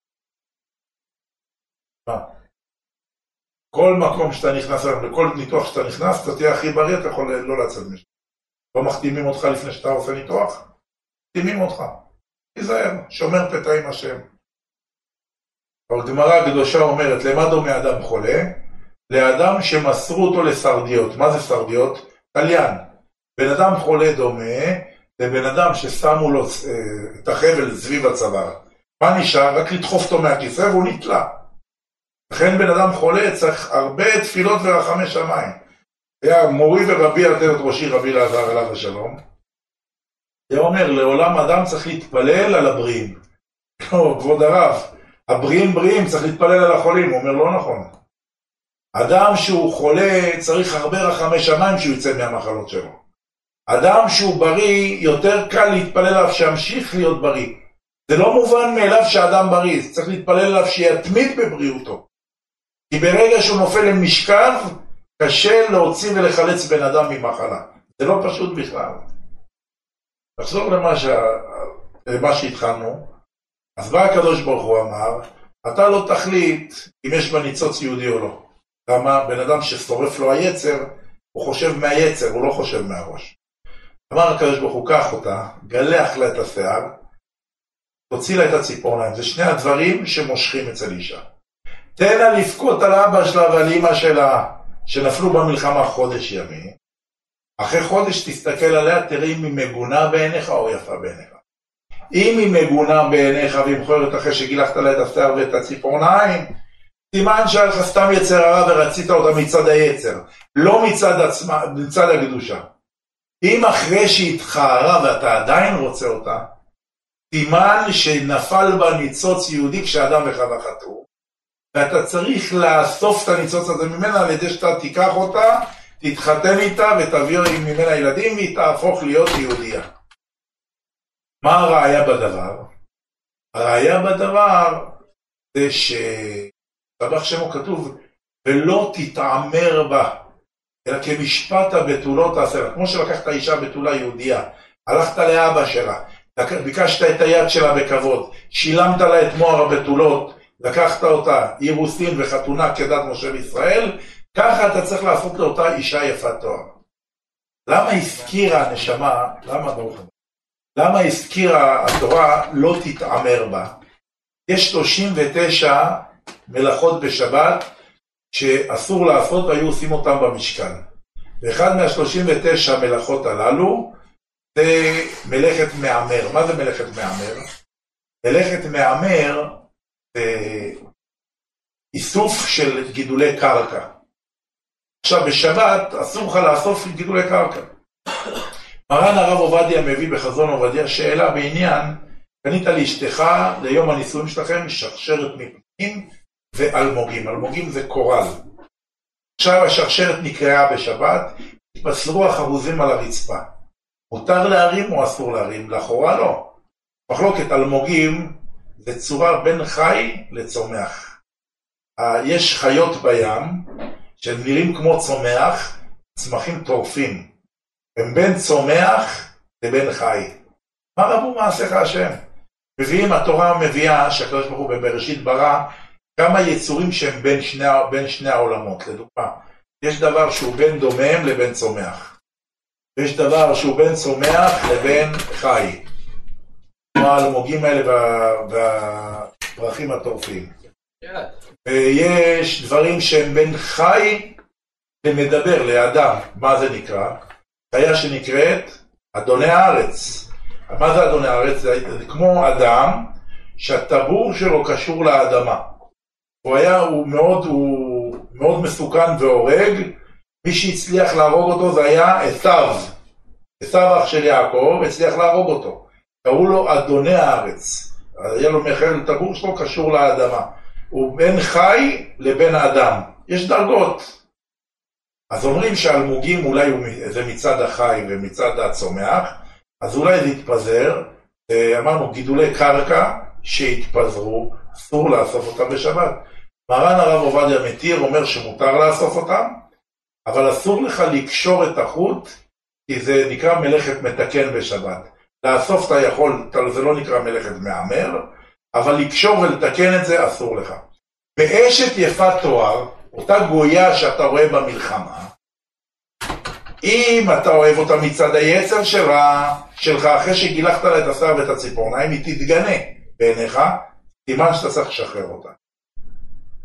כל מקום שאתה נכנס היום, לכל ניתוח שאתה נכנס, אתה תהיה הכי בריא, אתה יכול לא לצאת משהו. לא מחתימים אותך לפני שאתה עושה ניתוח, מחתימים אותך. תיזהר, שומר פתאים השם. הגמרא הקדושה אומרת, למה דומה אדם חולה? לאדם שמסרו אותו לסרדיות. מה זה סרדיות? תליין. בן אדם חולה דומה לבן אדם ששמו לו את החבל סביב הצוואר. מה נשאר? רק לדחוף אותו מהכיסא והוא נתלה. לכן בן אדם חולה צריך הרבה תפילות ורחמי שמיים. היה מורי ורבי על תלת ראשי, רבי אלעזר עליו השלום. זה אומר, לעולם אדם צריך להתפלל על הבריאים. לא, כבוד הרב, הבריאים צריך להתפלל על החולים. הוא אומר, לא נכון. אדם שהוא חולה צריך הרבה רחמי שמיים שהוא יצא מהמחלות שלו. אדם שהוא בריא, יותר קל להתפלל עליו שימשיך להיות בריא. זה לא מובן מאליו שאדם בריא, צריך להתפלל עליו שיתמיד בבריאותו. כי ברגע שהוא נופל למשכב, קשה להוציא ולחלץ בן אדם ממחלה. זה לא פשוט בכלל. נחזור למה שהתחלנו. אז בא הקדוש ברוך הוא אמר, אתה לא תחליט אם יש בניצוץ יהודי או לא. למה? בן אדם ששורף לו היצר, הוא חושב מהיצר, הוא לא חושב מהראש. אמר הקדוש ברוך הוא, קח אותה, גלח לה את השיער, תוציא לה את הציפורניים. זה שני הדברים שמושכים אצל אישה. תן לה לבכות על אבא שלה ועל אמא שלה, שנפלו במלחמה חודש ימים. אחרי חודש תסתכל עליה, תראי אם היא מגונה בעיניך או יפה בעיניך. אם היא מגונה בעיניך והיא מכוערת אחרי שגילחת לה את השיער ואת הציפורניים, סימן שהיה לך סתם יצר הרע ורצית אותה מצד היצר, לא מצד עצמה, מצד הקדושה. אם אחרי שהיא התחערה ואתה עדיין רוצה אותה, סימן שנפל בה ניצוץ יהודי כשאדם וחווה חטאו, ואתה צריך לאסוף את הניצוץ הזה ממנה על ידי שאתה תיקח אותה, תתחתן איתה ותביא ממנה ילדים והיא תהפוך להיות יהודייה. מה הראיה בדבר? הראיה בדבר זה שבח שמו כתוב, ולא תתעמר בה, אלא כמשפט הבתולות תעשה לה. כמו שלקחת אישה בתולה יהודייה, הלכת לאבא שלה, ביקשת את היד שלה בכבוד, שילמת לה את מוהר הבתולות, לקחת אותה אירוסין וחתונה כדת משה וישראל, ככה אתה צריך לעשות לאותה אישה יפת תואר. למה הזכירה הנשמה, למה הזכירה התורה לא תתעמר בה? יש 39 מלאכות בשבת שאסור לעשות והיו עושים אותם במשכן. ואחד מה39 מלאכות הללו זה מלאכת מעמר. מה זה מלאכת מעמר? מלאכת מעמר זה איסוף של גידולי קרקע. עכשיו בשבת אסור לך לאסוף גידולי קרקע. מרן הרב עובדיה מביא בחזון עובדיה שאלה בעניין, קנית לאשתך ליום הנישואים שלכם שרשרת מפנים ואלמוגים. אלמוגים זה קורל. עכשיו השרשרת נקראה בשבת, התפסלו החרוזים על הרצפה. מותר להרים או אסור להרים? לכאורה לא. מחלוקת אלמוגים זה צורה בין חי לצומח. יש חיות בים שהם נראים כמו צומח, צמחים טורפים. הם בין צומח לבין חי. מה רבו מעשיך השם? התורה מביאה שהקדוש ברוך הוא בבראשית ברא כמה יצורים שהם בין שני העולמות. לדוגמה, יש דבר שהוא בין דומם לבין צומח. יש דבר שהוא בין צומח לבין חי. כמו האלמוגים האלה והפרחים הטורפים. ויש דברים שהם בין חי למדבר, לאדם. מה זה נקרא? חיה שנקראת אדוני הארץ. מה זה אדוני הארץ? זה כמו אדם שהטבור שלו קשור לאדמה. הוא מאוד מסוכן והורג. מי שהצליח להרוג אותו זה היה עשיו. עשיו אח של יעקב, הצליח להרוג אותו. קראו לו אדוני הארץ. היה לו מחל, טבור שלו קשור לאדמה. הוא בין חי לבין האדם. יש דרגות. אז אומרים שהאלמוגים אולי זה מצד החי ומצד הצומח, אז אולי זה יתפזר. אמרנו גידולי קרקע שהתפזרו, אסור לאסוף אותם בשבת. מרן הרב עובדיה מתיר אומר שמותר לאסוף אותם, אבל אסור לך לקשור את החוט, כי זה נקרא מלאכת מתקן בשבת. לאסוף אתה יכול, זה לא נקרא מלאכת מעמר, אבל לקשור ולתקן את זה אסור לך. באשת יפת תואר, אותה גויה שאתה רואה במלחמה, אם אתה אוהב אותה מצד היצר שלך אחרי שגילחת לה את השיער ואת הציפורניים, היא תתגנה בעיניך, סימן שאתה צריך לשחרר אותה.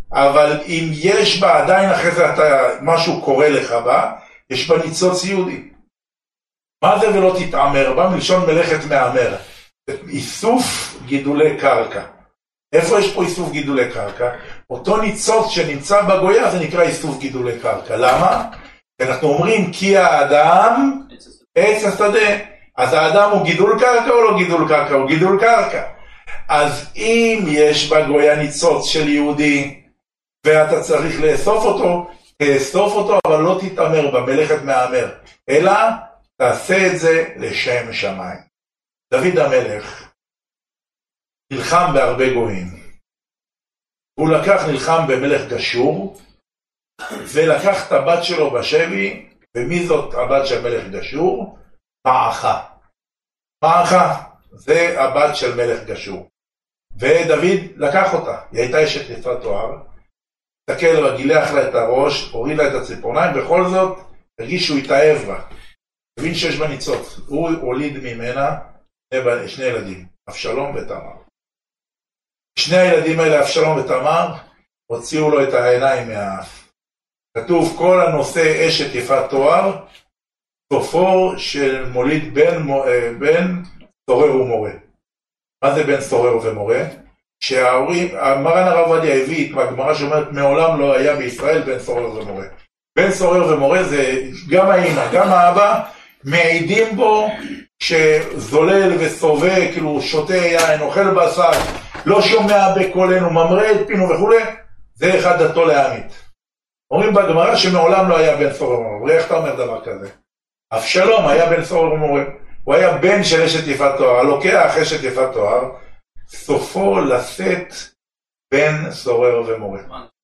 אבל אם יש בה עדיין אחרי זה משהו קורה לך בה, יש בה ניצוץ יהודי. מה זה ולא תתעמר בה? מלשון מלאכת מעמר. איסוף גידולי קרקע. איפה יש פה איסוף גידולי קרקע? אותו ניצוץ שנמצא בגויה זה נקרא איסוף גידולי קרקע. למה? אנחנו אומרים כי האדם עץ השדה. אז האדם הוא גידול קרקע או לא גידול קרקע? הוא גידול קרקע. אז אם יש בגויה ניצוץ של יהודי ואתה צריך לאסוף אותו, תאסוף אותו אבל לא תתעמר במלאכת מעמר, אלא תעשה את זה לשם שמיים. דוד המלך נלחם בהרבה גויים. הוא נלחם במלך גשור, ולקח את הבת שלו בשבי, ומי זאת הבת של מלך גשור? מעכה. מעכה זה הבת של מלך גשור. ודוד לקח אותה, היא הייתה אשת יפת תואר, תסתכל לה, גילח לה את הראש, הוריד לה את הציפורניים, בכל זאת הרגיש שהוא התאהב בה. הבין שיש בה ניצוץ. הוא הוליד ממנה שני ילדים, אבשלום ותמר. שני הילדים האלה, אבשלום ותמר, הוציאו לו את העיניים מהאף. כתוב כל הנושא אשת יפת תואר, סופו של מוליד בן סורר ומורה. מה זה בן סורר ומורה? שההורים, מרן הרב עובדיה הביא את הגמרא שאומרת מעולם לא היה בישראל בן סורר ומורה. בן סורר ומורה זה גם האמא, גם האבא, מעידים בו שזולל וסובה, כאילו שותה יין, אוכל בשר, לא שומע בקולנו, ממרא את פינו וכו', זה אחד דתו להמית. אומרים בגמרא שמעולם לא היה בן סורר ומורה. איך אתה אומר דבר כזה? אבשלום היה בן סורר ומורה. הוא היה בן של אשת יפת תואר, הלוקח אשת יפת תואר, סופו לשאת בן סורר ומורה.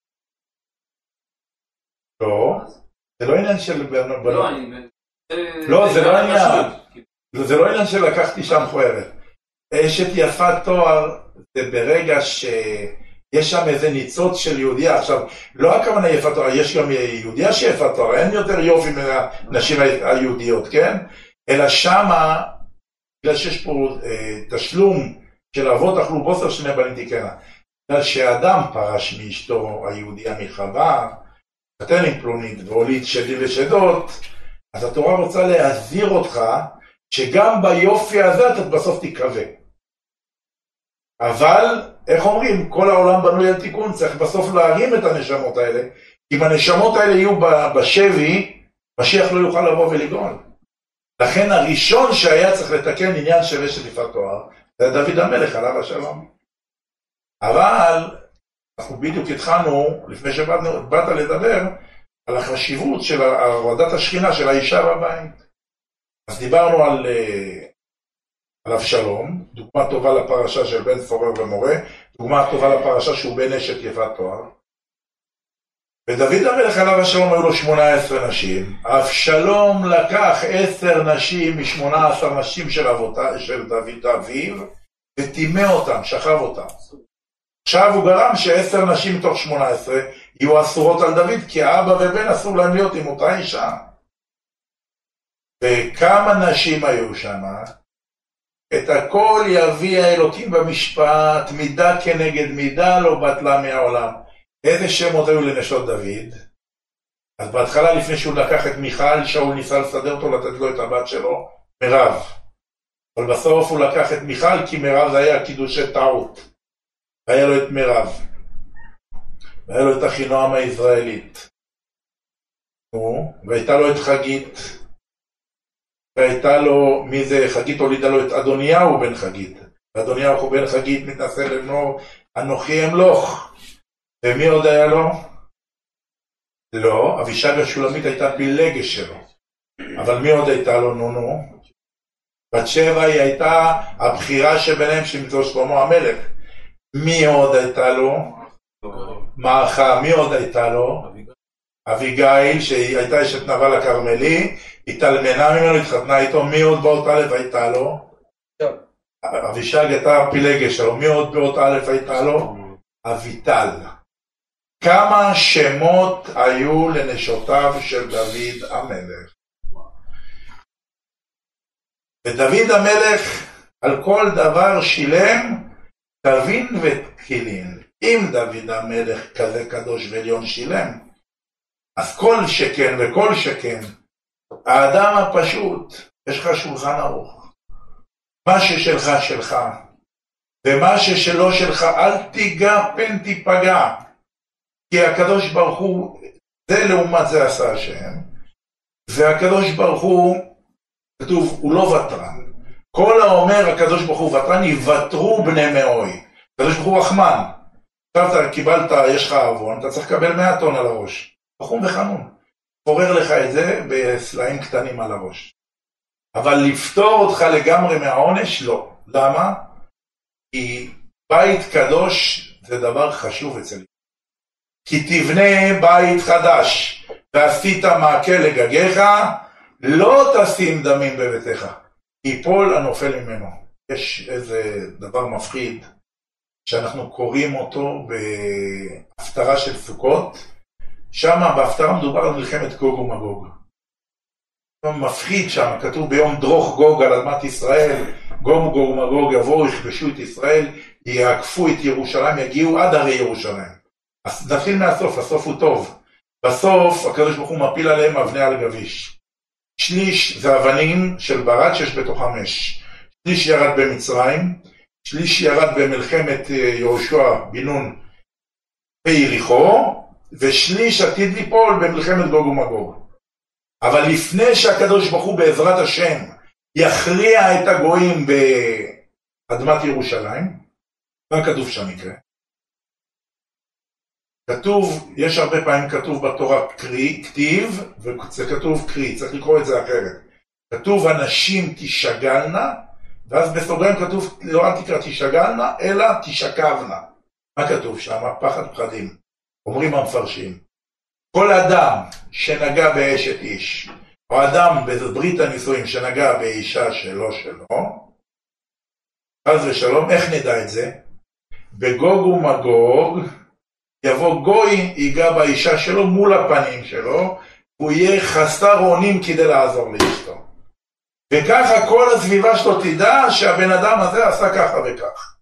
לא, זה לא עניין של בן... לא, זה לא עניין. זה לא עניין של לקחתי שם חוארת. אשת יפת תואר זה ברגע שיש שם איזה ניצוץ של יהודיה. עכשיו, לא הכוונה יפת תואר, יש גם יהודיה שיפת תואר, אין יותר יופי מהנשים היהודיות, כן? אלא שמה, בגלל שיש פה תשלום של אבות אכלו בוסר שני בנים תקנה. בגלל שאדם פרש מאשתו היהודיה מחווה, חתן עם פלונית והוליד שדים ושדות, אז התורה רוצה להזהיר אותך שגם ביופי הזה אתה בסוף תקווה. אבל, איך אומרים, כל העולם בנוי על תיקון, צריך בסוף להרים את הנשמות האלה. אם הנשמות האלה יהיו בשבי, משיח לא יוכל לבוא ולגאול. לכן הראשון שהיה צריך לתקן עניין של אשת יפת תואר, זה דוד המלך עליו השלום. אבל אנחנו בדיוק התחלנו, לפני שבאת לדבר, על החשיבות של הורדת השכינה של האישה בבית. אז דיברנו על אבשלום, דוגמה טובה לפרשה של בן סורר ומורה, דוגמה טובה לפרשה שהוא בן אשת יפת תואר. ודוד המלך עליו השלום היו לו 18 נשים, אבשלום לקח 10 נשים מ18 נשים של דוד אביו, וטימא אותם, שכב אותם. עכשיו הוא גרם ש10 נשים מתוך 18 יהיו אסורות על דוד, כי האבא ובן אסור להם להיות עם אותה אישה. וכמה נשים היו שם? את הכל יביא האלוקים במשפט, מידה כנגד מידה לא בטלה מהעולם. איזה שמות היו לנשות דוד? אז בהתחלה לפני שהוא לקח את מיכל, שאול ניסה לסדר אותו לתת לו את הבת שלו, מירב. אבל בסוף הוא לקח את מיכל כי מירב זה היה קידושי טעות. והיה לו את מירב. והיה לו את אחינועם הישראלית. והייתה לו את חגית. והייתה לו, מי זה חגית הולידה לו את אדוניהו בן חגית. ואדוניהו בן חגית מתנשא לבנו, אנוכי אמלוך. ומי עוד היה לו? לא, אבישג השולמית הייתה פילגש שלו. אבל מי עוד הייתה לו? נו. בת שבע היא הייתה הבחירה שביניהם שמצוא שלמה המלך. מי עוד הייתה לו? מעכה. מי עוד הייתה לו? אביגיל, שהיא הייתה אשת נבל הכרמלי, התאלמנה ממנו, התחתנה איתו. מי עוד באות א' הייתה לו? אבישג הייתה פילגש שלו. מי עוד באות א' הייתה לו? אביטל. כמה שמות היו לנשותיו של דוד המלך. ודוד המלך על כל דבר שילם תבין ותקילין. אם דוד המלך כזה קדוש ועליון שילם, אז כל שכן וכל שכן, האדם הפשוט, יש לך שולחן ערוך. מה ששלך שלך, ומה ששלו שלך, אל תיגע פן תיפגע. כי הקדוש ברוך הוא, זה לעומת זה עשה השם, והקדוש ברוך הוא, כתוב, הוא לא ותרן. כל האומר הקדוש ברוך הוא ותרן, יוותרו בני מאוי. הקדוש ברוך הוא רחמן. עכשיו אתה קיבלת, יש לך עוון, אתה צריך לקבל 100 טון על הראש. רחום וחנון. פורר לך את זה בסלעים קטנים על הראש. אבל לפתור אותך לגמרי מהעונש, לא. למה? כי בית קדוש זה דבר חשוב אצלי. כי תבנה בית חדש, ועשית מעקה לגגיך, לא תשים דמים בביתך. ייפול הנופל ממנו. יש איזה דבר מפחיד, שאנחנו קוראים אותו בהפטרה של סוכות, שם בהפטרה מדובר על מלחמת גוג ומגוג. מפחיד שם, כתוב ביום דרוך גוג על אדמת ישראל, גוג ומגוג יבואו, יכבשו את ישראל, יעקפו את ירושלים, יגיעו עד הרי ירושלים. אז נתחיל מהסוף, הסוף הוא טוב. בסוף הקדוש ברוך הוא מפיל עליהם אבני על גביש. שליש זה אבנים של ברד שיש בתוכם אש. שליש ירד במצרים, שליש ירד במלחמת יהושע בן נון ביריחו, ושליש עתיד ליפול במלחמת גוג ומגוג. אבל לפני שהקדוש ברוך הוא בעזרת השם יכריע את הגויים באדמת ירושלים, מה כתוב שם יקרה? כתוב, יש הרבה פעמים כתוב בתורה כתיב, וזה כתוב קרי, צריך לקרוא את זה אחרת. כתוב אנשים תשגלנה, ואז בסוגריים כתוב לא אל תקרא תשגלנה, אלא תשכבנה. מה כתוב שם? פחד פחדים. אומרים המפרשים. כל אדם שנגע באשת איש, או אדם בברית הנישואים שנגע באישה שלו, אז ושלום, איך נדע את זה? בגוג ומגוג, יבוא גוי, ייגע באישה שלו מול הפנים שלו, הוא יהיה חסר אונים כדי לעזור לאשתו. וככה כל הסביבה שלו תדע שהבן אדם הזה עשה ככה וכך.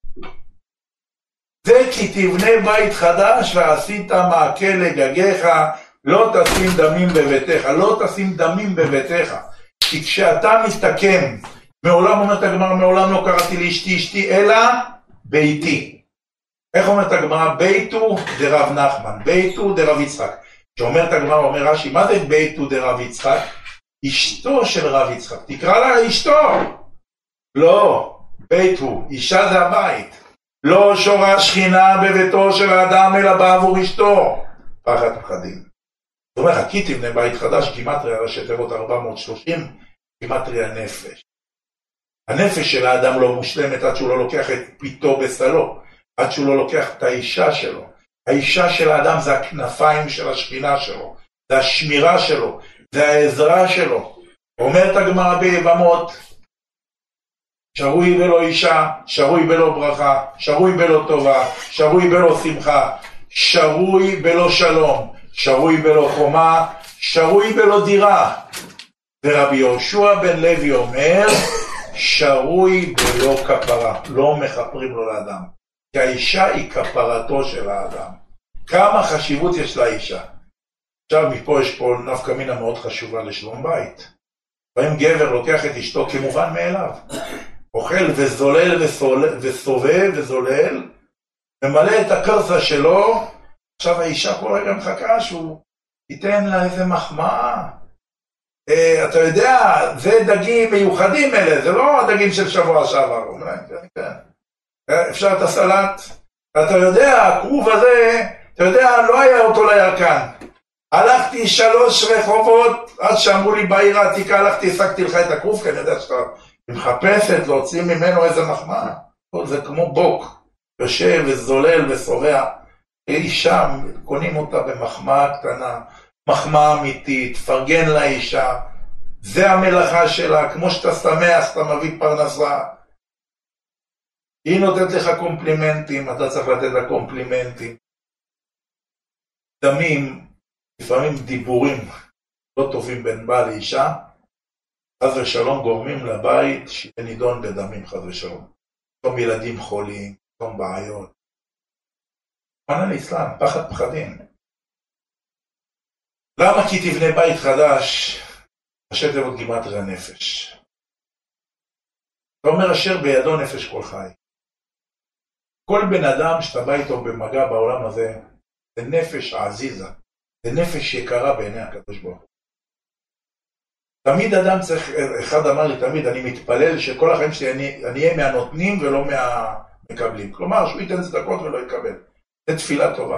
זה כי תבנה בית חדש ועשית מעקה לגגיך, לא תשים דמים בביתך, לא תשים דמים בביתך. כי כשאתה מסתכם, מעולם אומרת הגמרא, מעולם לא קראתי לאשתי אשתי, אלא ביתי. איך אומרת הגמרא? ביתו דרב נחמן, ביתו דרב יצחק. שאומרת הגמרא, אומר רש"י, מה זה ביתו דרב יצחק? אשתו של רב יצחק, תקרא לה אשתו. לא, ביתו, אישה זה הבית. לא שורה שכינה בביתו של האדם אלא בעבור אשתו. פחד פחדים. זאת אומרת, כי תבנה בית חדש, גימטריה ראשי תיבות 430, גימטריה נפש. הנפש של האדם לא מושלמת עד שהוא לא לוקח את פיתו בסלו, עד שהוא לא לוקח את האישה שלו. האישה של האדם זה הכנפיים של השכינה שלו, זה השמירה שלו, זה העזרה שלו. אומרת הגמרא ביבמות, שרוי בלו אישה, שרוי בלו ברכה, שרוי בלו טובה, שרוי בלו שמחה, שרוי בלו שלום, שרוי בלו חומה, שרוי בלו דירה. ורבי יהושע בן לוי אומר, שרוי בלו כפרה, לא מכפרים לו לאדם. כי האישה היא כפרתו של האדם. כמה חשיבות יש לאישה. עכשיו מפה יש פה נפקא מינה מאוד חשובה לשלום בית. ואם גבר לוקח את אשתו כמובן מאליו, אוכל וזולל וסובב וזולל, ממלא את הקרסה שלו, עכשיו האישה כל רגע מחכה שהוא ייתן לה איזה מחמאה. אתה יודע, זה דגים מיוחדים אלה, זה לא הדגים של שבוע שעבר. אפשר את הסלט, אתה יודע, הכרוב הזה, אתה יודע, לא היה אותו לירקן. הלכתי 3 רחובות, עד שאמרו לי בעיר העתיקה, הלכתי, השגתי לך את הכרוב, כי אני יודע שאתה מחפשת להוציא ממנו איזה מחמאה. זה כמו בוק, יושב וזולל וסובע. אישה, קונים אותה במחמאה קטנה, מחמאה אמיתית, פרגן לאישה, זה המלאכה שלה, כמו שאתה שמח, אתה מביא פרנסה. היא נותנת לך קומפלימנטים, אתה צריך לתת לה קומפלימנטים. דמים, לפעמים דיבורים לא טובים בין בעל לאישה, חס ושלום גורמים לבית שנידון בדמים, חס ושלום. פתאום ילדים חולים, פתאום בעיות. רחמנא ליצלן, פחד פחדים. למה? כי תבנה בית חדש, ראשי תיבות גימטריה נפש. אתה אומר אשר בידו נפש כל חי. כל בן אדם שאתה בא איתו במגע בעולם הזה, זה נפש עזיזה, זה נפש יקרה בעיני הקדוש ברוך הוא. תמיד אדם צריך, אחד אמר לי תמיד, אני מתפלל שכל החיים שלי אני אהיה מהנותנים ולא מהמקבלים. כלומר, שהוא ייתן צדקות ולא יקבל. זה תפילה טובה.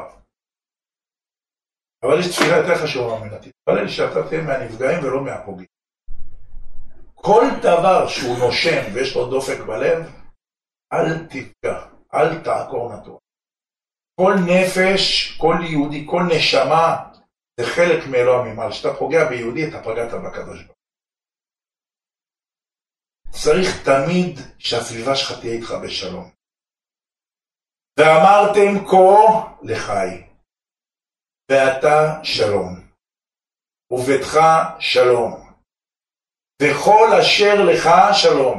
אבל יש תפילה יותר חשובה ממנה. תתפלל שאתה תהיה מהנפגעים ולא מהפוגעים. כל דבר שהוא נושם ויש לו דופק בלב, אל תפגע, אל תעקור נטוע. כל נפש, כל יהודי, כל נשמה, זה חלק מאלוה ממעל. כשאתה פוגע ביהודי, אתה פגעת בקדוש ברוך הוא. צריך תמיד שהסביבה שלך תהיה איתך בשלום. ואמרתם כה לחי, ואתה שלום, וביתך שלום, וכל אשר לך שלום.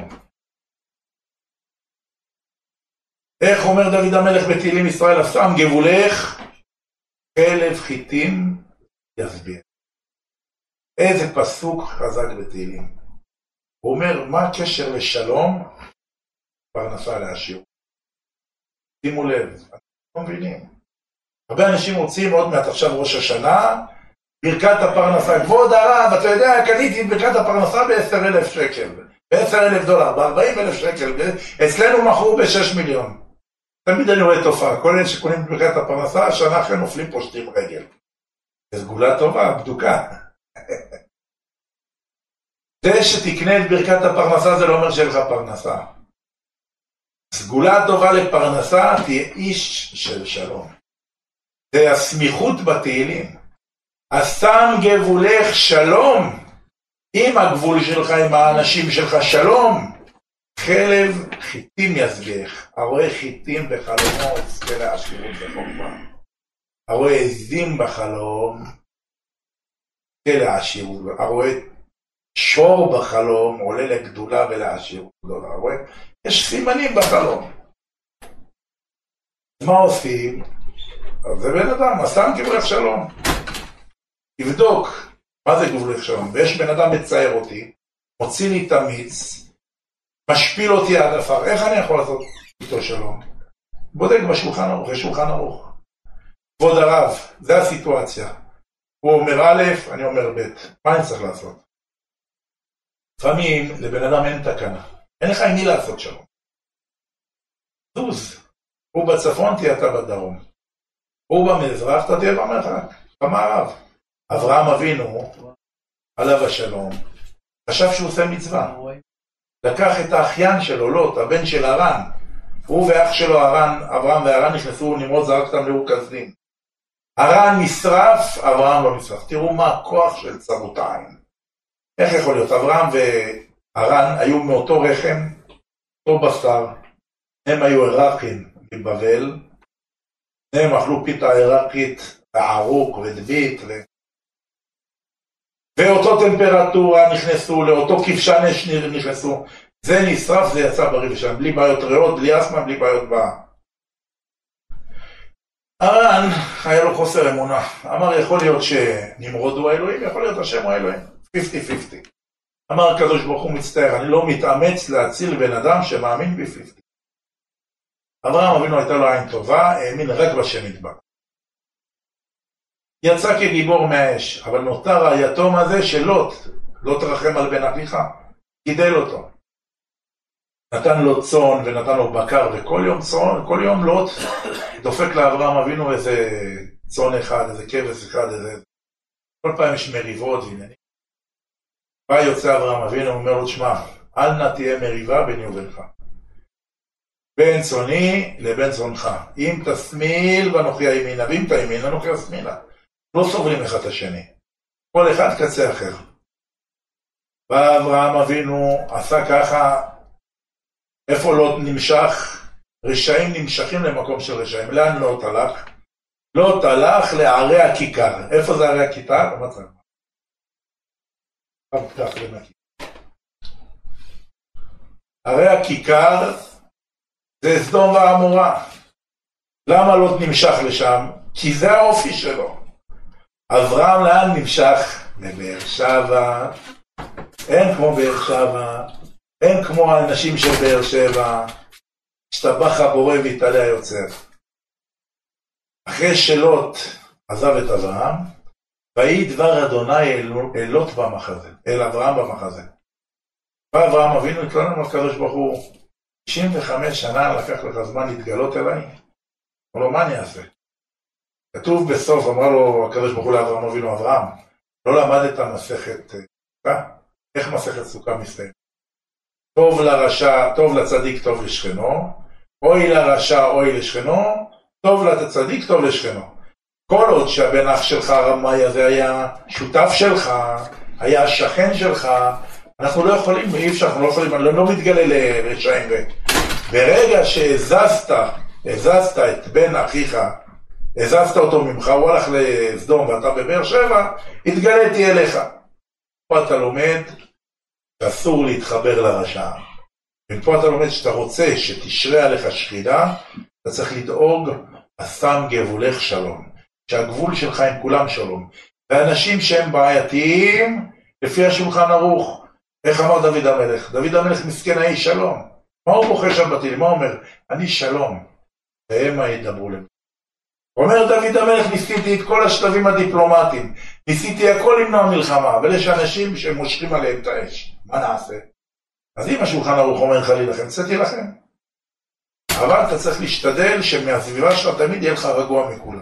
איך אומר דוד המלך בתהילים ישראל, שם גבולך, כלב חיטים יסביר. איזה פסוק חזק בתהילים. הוא אומר, מה הקשר לשלום? פרנסה לעשיר. שימו לב, אתם לא מבינים. הרבה אנשים רוצים עוד מעט עכשיו ראש השנה, ברכת הפרנסה. כבוד הרב, אתה יודע, קניתי את ברכת הפרנסה ב10,000 שקל, ב10,000 דולר, ב40,000 שקל, אצלנו מכרו ב6 מיליון. תמיד אני רואה תופעה, כל אלה שקונים את ברכת הפרנסה, השנה אחרי נופלים פושטים רגל. זו סגולה טובה, בדוקה. זה שתקנה את ברכת הפרנסה זה לא אומר שיהיה לך פרנסה. סגולה טובה לפרנסה תהיה איש של שלום. זה הסמיכות בתהילים. השם גבולך שלום, עם הגבול שלך, עם האנשים שלך שלום. חלב חיטים יסגך, הרואה חיטים בחלומות, זכה לעשירות וחוכמה. הרואה עזים בחלום, זכה לעשירות. הרואה שור בחלום, עולה לגדולה ולעשירות. יש סימנים בחלום. מה עושים? אז זה בן אדם, השם גבולך שלום. תבדוק, מה זה גבולך שלום? ויש בן אדם מצייר אותי, מוציא לי את המיץ, משפיל אותי עד עפר, איך אני יכול לעשות איתו שלום? בודק בשולחן ערוך, יש שולחן ערוך. כבוד הרב, זה הסיטואציה. הוא אומר א', אני אומר ב', מה אני צריך לעשות? לפעמים לבן אדם אין תקנה, אין לך עם מי לעשות שלום. זוז, הוא בצפון תהיה אתה בדרום, הוא במזרח אתה תהיה במרחק, במערב. אברהם אבינו, עליו השלום, חשב שהוא עושה מצווה. לקח את האחיין שלו, לוט, הבן של הרן, הוא ואח שלו אברהם והרן נכנסו, נמרוד זרק אותם לאור כסדים. הרן נשרף, אברהם לא נשרף. תראו מה הכוח של צרות העין. איך יכול להיות? אברהם והרן היו מאותו רחם, אותו בשר, הם היו עיראקים מבבל, הם אכלו פיתה עיראקית, וערוק ודבית, ואותו טמפרטורה נכנסו, לאותו כבשן נכנסו, זה נשרף, זה יצא בריא ושם, בלי בעיות ריאות, בלי אסמה, בלי בעיות בה. הרן היה לו חוסר אמונה, אמר יכול להיות שנמרוד הוא האלוהים, יכול להיות השם הוא האלוהים, 50-50. אמר הקדוש ברוך הוא מצטער, אני לא מתאמץ להציל בן אדם שמאמין ב-50. אברהם אבינו הייתה לו עין טובה, האמין רק בשם יתברך. יצא כגיבור מהאש, אבל נותר היתום הזה של לוט, לא תרחם על בן אביך, גידל אותו. נתן לו צאן ונתן לו בקר, וכל יום צאן, כל יום לוט דופק לאברהם אבינו איזה צאן אחד, איזה כבש אחד, איזה... כל פעם יש מריבות ועניינים. בא יוצא אברהם אבינו, אומר לו, שמע, אל נא תהיה מריבה ביני ובינך. בין צאני לבין צאנך. אם תשמיל ואנוכי הימינה, ואם תימין אנוכי השמילה. לא סובלים אחד את השני. כל אחד קצה אחר. בא אברהם אבינו, עשה ככה, איפה לא נמשך? רשעים נמשכים למקום של רשעים. לאן לא תלך? לא תלך לערי הכיכר. איפה זה ערי הכיכר? מה צריך? ערי הכיכר זה סדום ועמורה. למה לוט נמשך לשם? כי זה האופי שלו. אברהם לאן נמשך? לבאר שבע. אין כמו באר שבע, אין כמו האנשים של באר שבע. השתבח הבורא והתעלה היוצר. אחרי שלוט עזב את אברהם, ויהי דבר אדוני אל לוט במחזה, אל אברהם במחזה. בא אברהם אבינו, התלונן לקדוש ברוך הוא, 95 שנה לקח לך זמן להתגלות אליי? אמר לו, מה אני אעשה? כתוב בסוף, אמר לו הקדוש ברוך הוא לאברהם אבינו, אברהם, לא למדת מסכת סוכה? איך מסכת סוכה מסתיים? טוב לרשע, טוב לצדיק, טוב לשכנו, אוי לרשע, אוי לשכנו, טוב לצדיק, טוב לשכנו. כל עוד שהבן אח שלך הרמאי הזה היה שותף שלך, היה שכן שלך, אנחנו לא יכולים, אי אפשר, אנחנו לא יכולים, אני לא מתגלה לרשעים. ברגע שהזזת את בן אחיך, הזזת אותו ממך, הוא הלך לסדום ואתה בבאר שבע, התגליתי אליך. פה אתה לומד שאסור להתחבר לרשע. ופה אתה לומד שאתה רוצה שתשרה עליך שחידה, אתה צריך לדאוג, אסם גבולך שלום. שהגבול שלך עם כולם שלום. ואנשים שהם בעייתיים, לפי השולחן ערוך, איך אמר דוד המלך? דוד המלך מסכן האיש שלום. מה הוא בוכה שם בתהילים? מה הוא אומר? אני שלום. והם ידברו להם. אומר דוד המלך, ניסיתי את כל השלבים הדיפלומטיים, ניסיתי הכל למנוע מלחמה, אבל יש אנשים שמושכים עליהם את האש. מה נעשה? אז אם השולחן ערוך אומר לך להילחם, צאתי לכם. אבל אתה צריך להשתדל שמהסביבה שלך תמיד יהיה לך רגוע מכולם.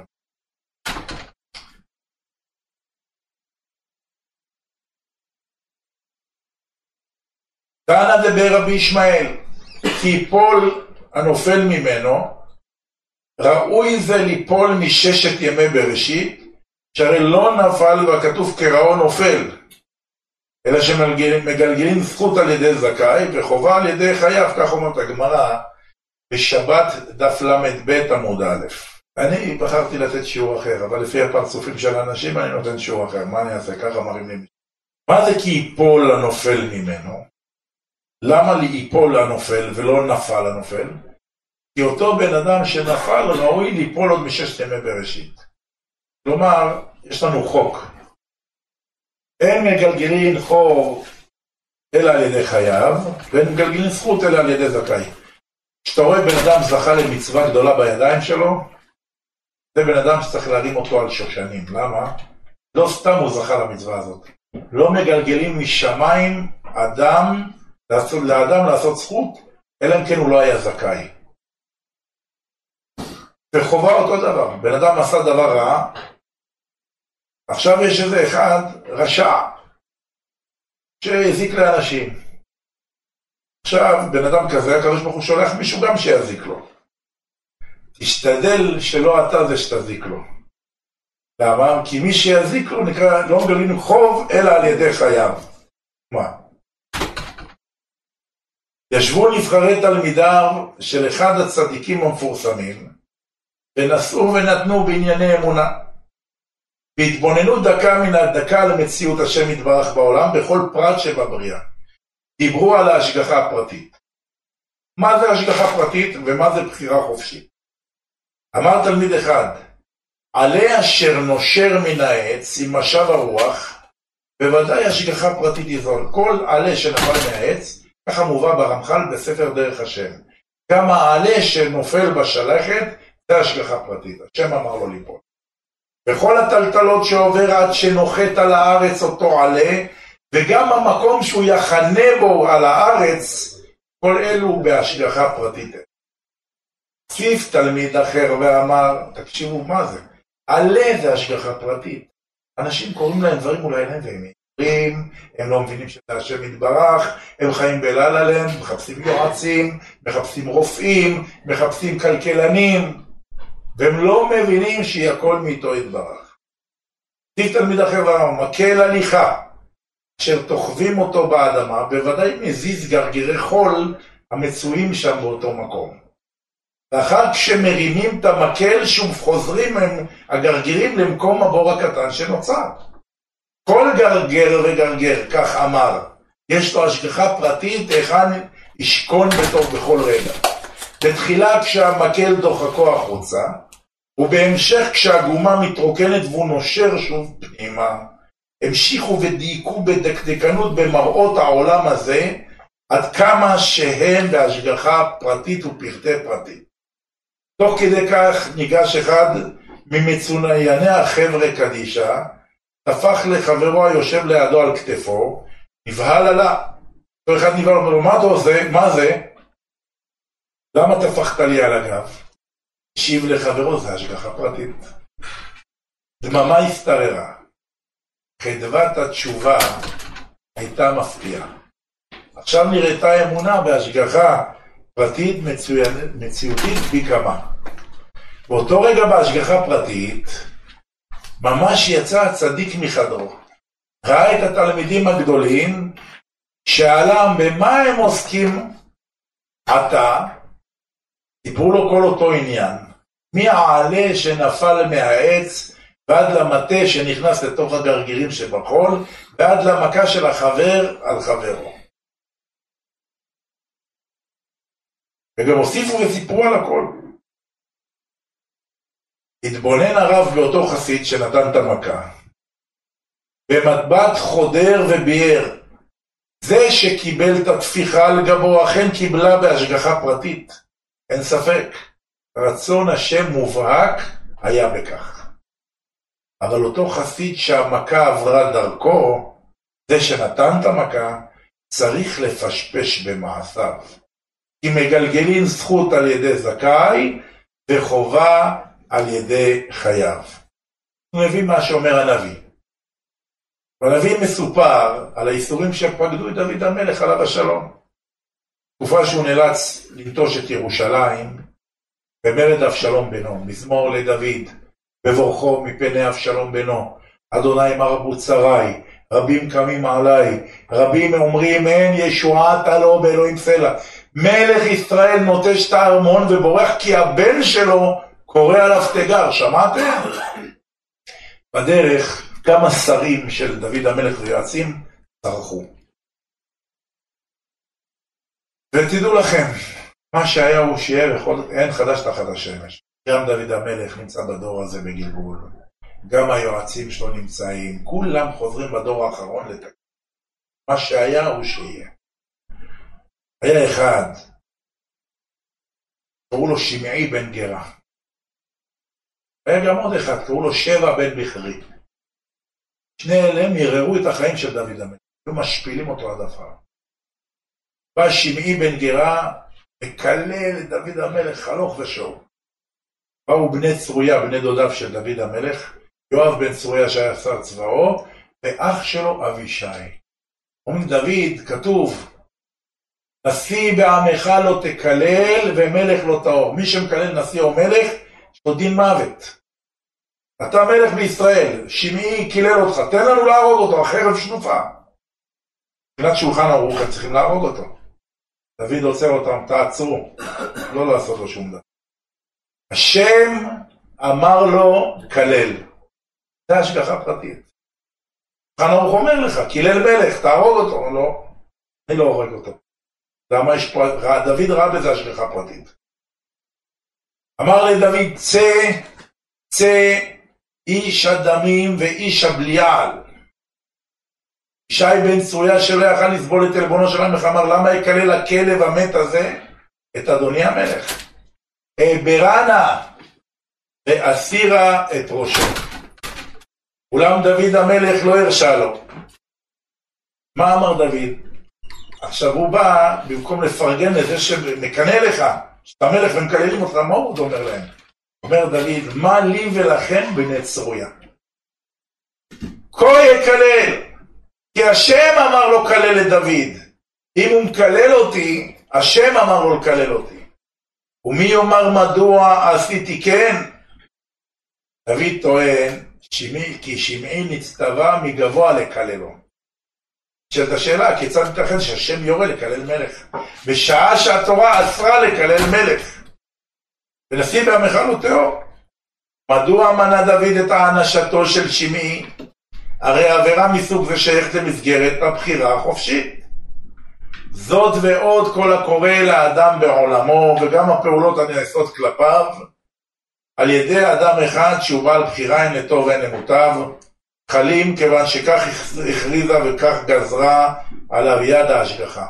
תנא דבר רבי ישמעאל, כי יפול הנופל ממנו, ראוי זה ליפול מששת ימי בראשית, שהרי לא נפל וכתוב כראו נופל, אלא שמגלגלים זכות על ידי זכאי וחובה על ידי חייב, כך אומרת הגמרא בשבת דף למד ב' עמוד א'. אני בחרתי לתת שיעור אחר, אבל לפי הפרצופים של האנשים אני נותן שיעור אחר. מה אני אעשה? ככה מראים לי. מה זה כי יפול הנופל ממנו? למה ליפול הנופל ולא נפל הנופל? כי אותו בן אדם שנפל ראוי ליפול עוד מששת ימי בראשית. כלומר, יש לנו חוק. אין מגלגלים חוב אלא על ידי חייב, ואין מגלגלים זכות אלא על ידי זכאי. כשאתה רואה בן אדם זכה למצווה גדולה בידיים שלו, זה בן אדם שצריך להרים אותו על שושנים. למה? לא סתם הוא זכה למצווה הזאת. לא מגלגלים משמיים לאדם לעשות זכות, אלא אם כן הוא לא היה זכאי. וחובה אותו דבר. בן אדם עשה דבר רע, עכשיו יש איזה אחד רשע שהזיק לאנשים. עכשיו בן אדם כזה, הקדוש ברוך הוא שולח מישהו גם שיזיק לו. תשתדל שלא אתה זה שתזיק לו. למה? כי מי שיזיק לו נקרא, לא מגלים חוב אלא על ידי חייו. מה? ישבו נבחרי תלמידיו של אחד הצדיקים המפורסמים, ונשאו ונתנו בענייני אמונה. והתבוננו דקה מן הדקה למציאות השם יתברך בעולם בכל פרט שבבריאה. דיברו על ההשגחה הפרטית. מה זה השגחה פרטית ומה זה בחירה חופשית? אמר תלמיד אחד, עלה אשר נושר מן העץ עם משב הרוח, בוודאי השגחה פרטית יזול. כל עלה שנפל מהעץ, ככה מובא ברמח"ל בספר דרך השם. גם העלה שנופל בשלכת, זה השגחה פרטית. השם אמר לו ליפול. וכל הטלטלות שעובר עד שנוחת על הארץ אותו עלה, וגם המקום שהוא יחנה בו על הארץ, כל אלו בהשגחה פרטית. ציף תלמיד אחר ואמר, תקשיבו מה זה? עלה זה השגחה פרטית. אנשים קוראים להם דברים אולי אינם והם מדברים, הם לא מבינים שזה השם יתברך, הם חיים בלילה עליהם, מחפשים יועצים, מחפשים רופאים, מחפשים כלכלנים, והם לא מבינים שהיא הכל מאיתו יתברך. ציף תלמיד אחר ואמר, מקל הליכה, אשר תוכבים אותו באדמה, בוודאי מזיז גרגירי חול המצויים שם באותו מקום. ואחר כשמרימים את המקל, שוב חוזרים הם הגרגירים למקום הבור הקטן שנוצר. כל גרגר וגרגר, כך אמר, יש לו השגחה פרטית, היכן ישכון בתוך בכל רגע. בתחילה כשהמקל דוחקו החוצה, ובהמשך כשהגומה מתרוקנת והוא נושר שוב פנימה, המשיכו ודייקו בדקדקנות במראות העולם הזה, עד כמה שהם בהשגחה פרטית ופרטי פרטית. תוך כדי כך ניגש אחד ממצונייני החבר'ה קדישה, תפח לחברו היושב לידו על כתפו, נבהל עלה. אותו אחד נבהל, אומר לו, מה אתה עושה? מה זה? למה תפחת לי על הגב? השיב לחברו, זה השגחה פרטית. דממה הסתררה. חדוות התשובה הייתה מפתיעה. עכשיו נראיתה אמונה בהשגחה פרטית מציאותית פי כמה. באותו רגע בהשגחה פרטית, ממש יצא הצדיק מחדרו. ראה את התלמידים הגדולים, שאלם במה הם עוסקים עתה, סיפרו לו כל אותו עניין. מי העלה שנפל מהעץ, ועד למטה שנכנס לתוך הגרגירים שבחול, ועד למכה של החבר על חברו. וגם הוסיפו וסיפרו על הכל. התבונן הרב באותו חסיד שנתן את המכה. במטבעת חודר ובייר. זה שקיבל את התפיחה על גבו אכן קיבלה בהשגחה פרטית. אין ספק. רצון השם מובהק היה בכך. אבל אותו חסיד שהמכה עברה דרכו, זה שנתן את המכה, צריך לפשפש במעשיו. כי מגלגלים זכות על ידי זכאי, וחובה על ידי חייו. אנחנו מבין מה שאומר הנביא. בנביא מסופר על האיסורים שפקדו את דוד המלך עליו השלום. תקופה שהוא נאלץ לנטוש את ירושלים, במרד אבשלום בנו, מזמור לדוד, בבורכו מפני אבשלום בנו, אדוני מה רבו צרי, רבים קמים עליי, רבים אומרים אין ישועתה לו באלוהים סלע. מלך ישראל נוטש את הארמון ובורח כי הבן שלו קורא עליו תיגר, שמעתם? בדרך כמה שרים של דוד המלך ויועצים צרחו. ותדעו לכם, מה שהיה הוא שיהיה, אין חדש תחת השמש. גם דוד המלך נמצא בדור הזה בגלגול, גם היועצים שלו נמצאים, כולם חוזרים בדור האחרון לתקן. מה שהיה הוא שיהיה. היה אחד, קראו לו שמעי בן גרה. היה גם עוד אחד, קראו לו שבע בן בכרי. שני אלה יררו את החיים של דוד המלך, היו משפילים אותו עד עפר. בא שמעי בן גרה, מקלל את דוד המלך הלוך ושוב. באו בני צרויה, בני דודיו של דוד המלך, יואב בן צרויה שהיה שר צבאו, ואח שלו אבישי. אומרים דוד, כתוב, נשיא בעמך לא תקלל ומלך לא טהור. מי שמקלל נשיא או מלך, יש לו דין מוות. אתה מלך בישראל, שמעי קילל אותך, תן לנו להרוג אותו, החרב שנופה. מבחינת שולחן ערוך, צריכים להרוג אותו. דוד עוצר אותם, תעצרו, לא לעשות לו שום דבר. השם אמר לו קלל. זה השגחה פרטית. שולחן ערוך אומר לך, קילל מלך, תהרוג אותו. לא, אני לא הורג אותו. למה יש פה, דוד ראה בזה השגחה פרטית. אמר לדוד, צא איש הדמים ואיש הבליעל. ישי בן צרויה שלא יכל לסבול את עלבונו של המלך, אמר למה יקלל הכלב המת הזה את אדוני המלך? ברנה ואסירה את ראשו. אולם דוד המלך לא הרשה לו. מה אמר דוד? עכשיו הוא בא במקום לפרגן לזה שמקנה לך, שאתה מלך ומקללים אותך, מה הוא אומר להם? אומר דוד, מה לי ולכם בני צרויה? כה יקלל, כי השם אמר לו קלל את דוד. אם הוא מקלל אותי, השם אמר לו לקלל אותי. ומי יאמר מדוע עשיתי כן? דוד טוען, כי שמעי נצטווה מגבוה לקללו. שאלת השאלה, כיצד ייתכן שהשם יורה לקלל מלך? בשעה שהתורה אסרה לקלל מלך. ונשיא בעמך לא טהור. מדוע מנע דוד את הענשתו של שמעי? הרי עבירה מסוג זה שייכת למסגרת הבחירה החופשית. זאת ועוד כל הקורא לאדם בעולמו, וגם הפעולות הנעשות כלפיו, על ידי אדם אחד שהוא בעל בחירה הן לטוב והן למוטב, חלים כיוון שכך הכריזה וכך גזרה עליו יד ההשגחה.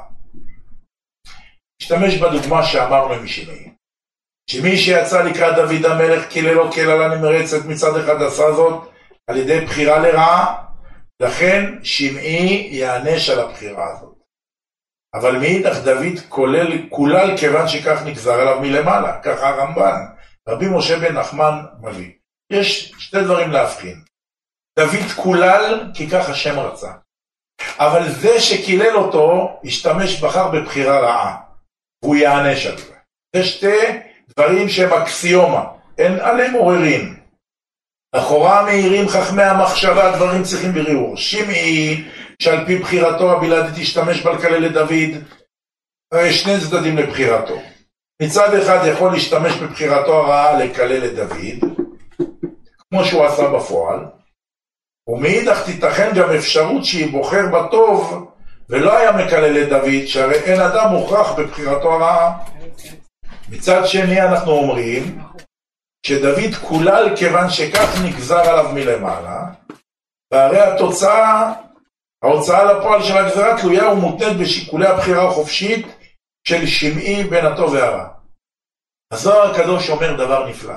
השתמש בדוגמה שאמרנו משמעי, שמי שיצא לקראת דוד המלך קיללו קללה נמרצת, מצד אחד עשה זאת על ידי בחירה לרעה, לכן שמעי יענש על הבחירה הזאת. אבל מאידך דוד כולל כיוון שכך נגזר עליו מלמעלה, ככה הרמב"ן, רבי משה בן נחמן מביא. יש שתי דברים להבחין. דוד כולל כי כך השם רצה. אבל זה שקילל אותו, בחר בבחירה רעה. והוא יענש על זה. זה שתי דברים שהם אקסיומה. אין עליהם עוררין. אחורה מהירים חכמי המחשבה, דברים צריכים בריאור. שמעי, שעל פי בחירתו הבלעדית השתמש בלקלל לדוד, הרי שני צדדים לבחירתו. מצד אחד יכול להשתמש בבחירתו הרעה לקלל לדוד, כמו שהוא עשה בפועל, ומאידך תיתכן גם אפשרות שהיא בוחר בטוב, ולא היה מקלל לדוד, שהרי אין אדם מוכרח בבחירתו הרעה. מצד שני אנחנו אומרים, שדוד כולל כיוון שכך נגזר עליו מלמעלה, והרי ההוצאה לפועל של הגזרה תלויה ומותנית בשיקולי הבחירה החופשית של שמעי בין הטוב והרע. הזוהר הקדוש אומר דבר נפלא.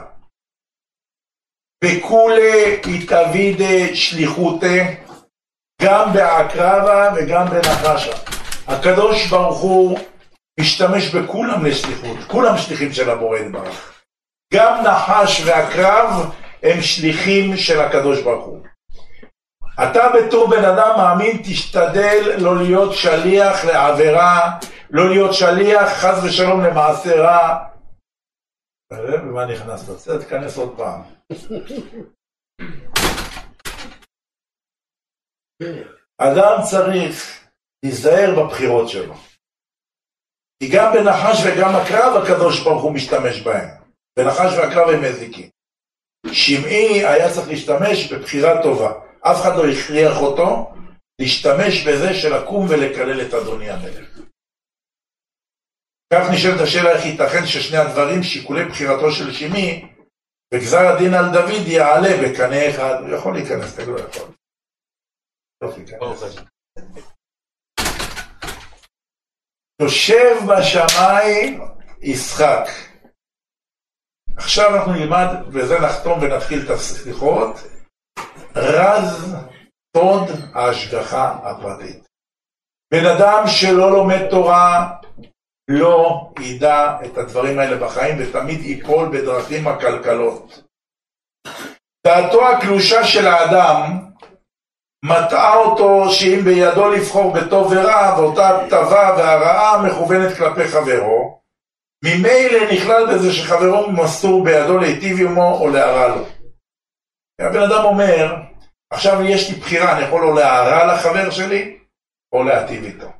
בכולי התאבידה שליחותה, גם בעקרבה וגם בנחשה. הקדוש ברוך הוא משתמש בכולם לשליחות, כולם שליחים של הבורא יתברך. גם נחש ועקרב הם שליחים של הקדוש ברוך הוא. אתה בתור בן אדם מאמין תשתדל לא להיות שליח לעבירה, לא להיות שליח חס ושלום למעשה רע. ומה נכנס? רוצה תכנס עוד פעם. אדם צריך להיזהר בבחירות שלו. כי גם בנחש וגם עקרב הקדוש ברוך הוא משתמש בהם. בנחש ועקרב הם מזיקים. שמעי היה צריך להשתמש בבחירה טובה. אף אחד לא הכריח אותו להשתמש בזה של לקום ולקלל את אדוני המלך. כך נשאלת השאלה איך ייתכן ששני הדברים, שיקולי בחירתו של שמעי וגזר הדין על דוד, יעלה בקנה אחד. הוא יכול להיכנס, תגיד לא יכול. לא להיכנס. יושב בשמיים ישחק. עכשיו אנחנו נלמד, וזה נחתום ונתחיל את הסליחות, רז סוד ההשגחה הפרטית. בן אדם שלא לומד תורה לא ידע את הדברים האלה בחיים, ותמיד ייפול בדרכים הקלקלות. דעתו הקלושה של האדם מטעה אותו שאם בידו לבחור בטוב ורע, ואותה טובה והרעה מכוונת כלפי חברו, ממילא נכלל בזה שחברו מסור בידו להיטיב עמו או להרע לו. הבן אדם אומר, עכשיו יש לי בחירה, אני יכול או להרע לחבר שלי או להיטיב איתו.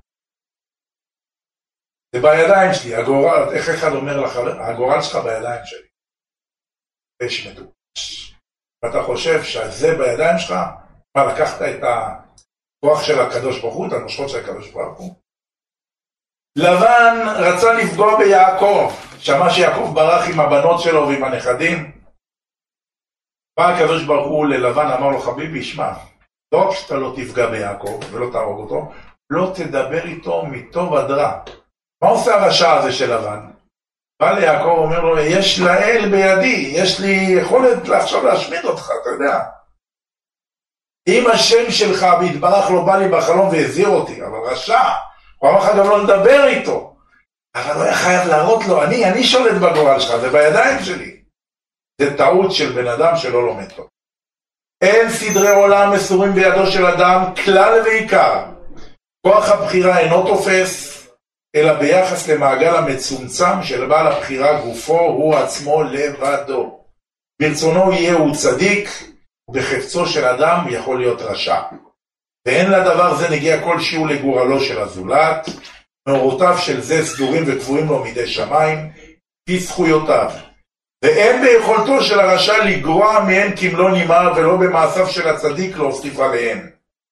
זה בידיים שלי, הגורל, איך אחד אומר לחבר, הגורל שלך בידיים שלי. יש מדוקש. ואתה חושב שזה בידיים שלך, מה, לקחת את הכוח של הקדוש ברוך הוא, את המושכות של הקדוש ברוך הוא? לבן רצה לפגוע ביעקב, שמע שיעקב ברח עם הבנות שלו ועם הנכדים. בא הקדוש ברוך הוא ללבן, אמר לו, חביבי, שמע, לא שאתה לא תפגע ביעקב ולא תהרוג אותו, לא תדבר איתו מטוב עד רע. מה עושה הרשע הזה של לבן? בא ליעקב, אומר לו, יש לאל בידי, יש לי יכולת עכשיו להשמיד אותך, אתה יודע. אם השם שלך בהתברך לא בא לי בחלום והזהיר אותי, אבל רשע, הוא אמר לך גם לא לדבר איתו, אבל לא היה חייב להראות לו, אני שולט בגורל שלך, זה בידיים שלי. זה טעות של בן אדם שלא לומד טוב. אין סדרי עולם מסורים בידו של אדם, כלל ועיקר. כוח הבחירה אינו תופס, אלא ביחס למעגל המצומצם של בעל הבחירה גופו, הוא עצמו לבדו. ברצונו יהיה הוא צדיק, ובחפצו של אדם יכול להיות רשע. ואין לדבר זה נגיע כלשהו לגורלו של הזולת, מאורותיו של זה סדורים וקבועים לו מידי שמיים, כפי זכויותיו. ואין ביכולתו של הרשע לגרוע מהן כמלוא נימה, ולא במעשיו של הצדיק להוסיף עליהן.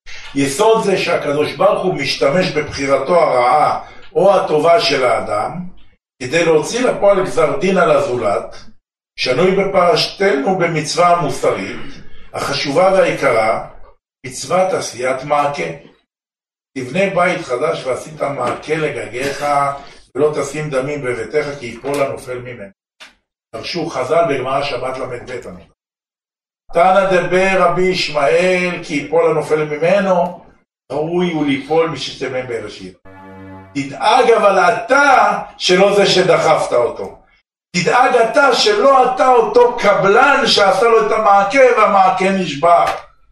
יסוד זה שהקדוש ברוך הוא משתמש בבחירתו הרעה או הטובה של האדם, כדי להוציא לפועל גזר דין על הזולת, שנוי בפרשתנו במצווה המוסרית, החשובה והעיקרה, מצוות עשיית מעקה. תבנה בית חדש ועשית מעקה לגגיך, ולא תשים דמים בביתך, כי יפול הנופל ממנו. דרשו חז"ל בגמרא שבת ל"ב. תנא דבר רבי ישמעאל, כי יפול הנופל ממנו, ראוי הוא ליפול משתמם בראשית. תדאג אבל אתה שלא זה שדחפת אותו. תדאג אתה שלא אתה אותו קבלן שעשה לו את המעקה והמעקה נשבר.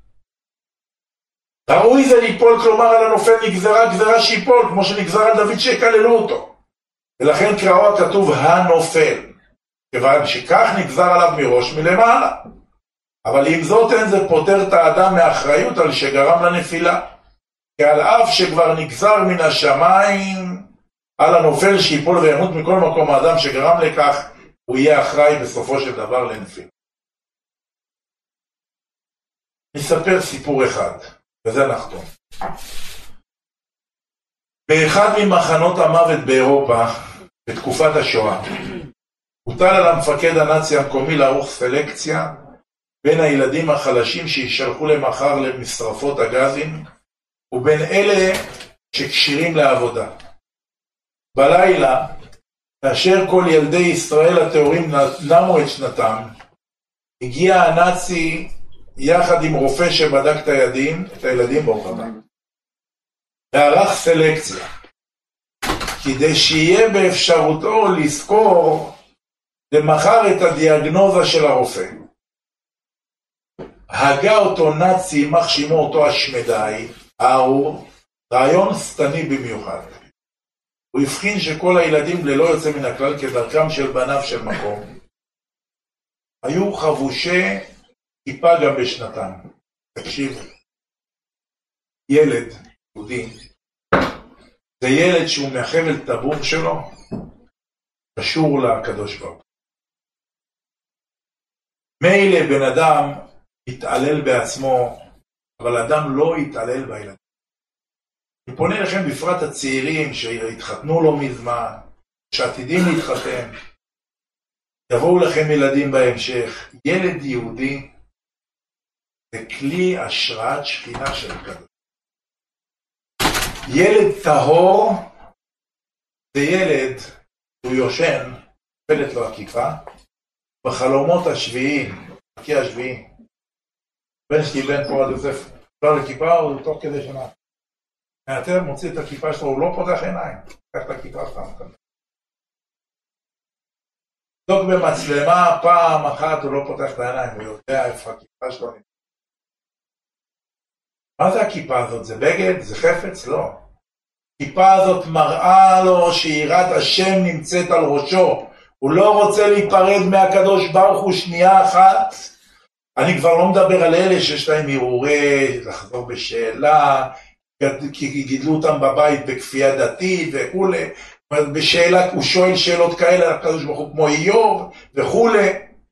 ראוי זה ליפול, כלומר על הנופל נגזרה גזרה שיפול, כמו שנגזר על דוד שיקללו אותו. ולכן קראו הכתוב הנופל, כיוון שכך נגזר עליו מראש מלמעלה. אבל עם זאת אין זה פותר את האדם מאחריות על שגרם לנפילה. כי על אף שכבר נגזר מן השמיים על הנופל שיפול וימות מכל מקום, האדם שגרם לכך הוא יהיה אחראי בסופו של דבר לנפילה. נספר סיפור אחד, וזה נחתום. באחד ממחנות המוות באירופה, בתקופת השואה, הוטל על המפקד הנאצי המקומי לערוך סלקציה בין הילדים החלשים שישלחו למחר למשרפות הגזים, ובין אלה שקשירים לעבודה. בלילה, כאשר כל ילדי ישראל הטהורים נמו את שנתם, הגיע הנאצי יחד עם רופא שבדק את הילדים ברוך, וערך סלקציה, כדי שיהיה באפשרותו לזכור למחר את הדיאגנוזה של הרופא. הגה אותו נאצי, יימח שמו אותו השמדאי, הארור, רעיון שטני במיוחד. הוא הבחין שכל הילדים ללא יוצא מן הכלל כדרכם של בניו של מקום, היו חבושי כיפה גם בשנתם. תקשיב, ילד יהודי, זה ילד שהוא מהחבל טבור שלו, קשור לקדוש ברוך הוא. מילא בן אדם יתעלל בעצמו, אבל אדם לא יתעלל בילדים. אני פונה לכם בפרט הצעירים שהתחתנו לא מזמן, שעתידים להתחתן, יבואו לכם ילדים בהמשך. ילד יהודי זה כלי השראת שכינה של הקדוש. ילד טהור זה ילד שהוא יושן, נפלת לו הכיפה, בחלומות השביעיים, הכי השביעי. בן שלי בן פורת יוסף, לא לכיפה, הוא תוך כדי שנה. מאתר מוציא את הכיפה שלו, הוא לא פותח עיניים. קח את הכיפה סתם כאן. תוק במצלמה, פעם אחת הוא לא פותח את העיניים, הוא יודע איפה הכיפה שלו. מה זה הכיפה הזאת? זה בגד? זה חפץ? לא. הכיפה הזאת מראה לו שיראת השם נמצאת על ראשו. הוא לא רוצה להיפרד מהקדוש ברוך הוא שנייה אחת. אני כבר לא מדבר על אלה שיש להם הרהורי, לחזור בשאלה, כי גידלו אותם בבית בכפייה דתית וכולי. בשאלה, הוא שואל שאלות כאלה על הקדוש ברוך הוא כמו איוב וכולי.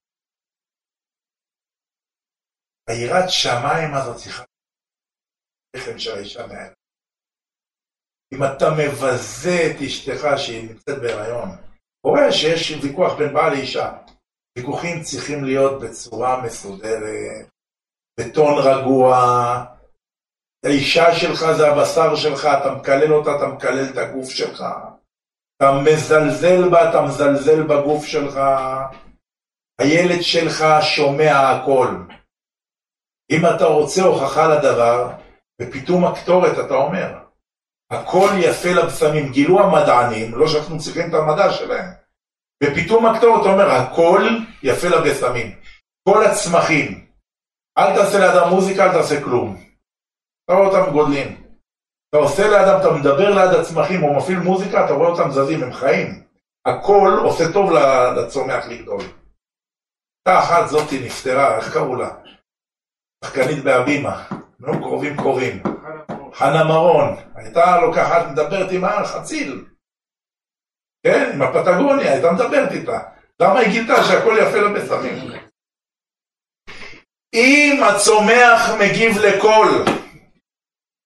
היראת שמיים הזאת צריכה לחם של האישה מעל. אם אתה מבזה את אשתך שהיא נמצאת בהיריון, רואה שיש ויכוח בין בעל לאישה. ויכוחים צריכים להיות בצורה מסודרת, בטון רגוע. האישה שלך זה הבשר שלך, אתה מקלל אותה, אתה מקלל את הגוף שלך. אתה מזלזל בה, אתה מזלזל בגוף שלך. הילד שלך שומע הכל. אם אתה רוצה הוכחה לדבר, בפתאום הקטורת אתה אומר, הכל יפה לבשמים. גילו המדענים, לא שאנחנו צריכים את המדע שלהם. בפתאום הקטורת אתה אומר, הכל יפה לבשמים. כל הצמחים. אל תעשה לאדם מוזיקה, אל תעשה כלום. אתה רואה אותם גודלים. אתה עושה לאדם, אתה מדבר ליד הצמחים, או מפעיל מוזיקה, אתה רואה אותם זזים, הם חיים. הכל עושה טוב לצומח לגדול. אותה אחת זאתי נפטרה, איך קראו לה? שחקנית בהבימה. נו, קרובים. חנה מרון. הייתה לוקחת, מדברת עם החציל. כן, עם הפטגוניה, הייתה מדברת איתה. למה היא גילתה שהכל יפה לבשמים? אם הצומח מגיב לקול,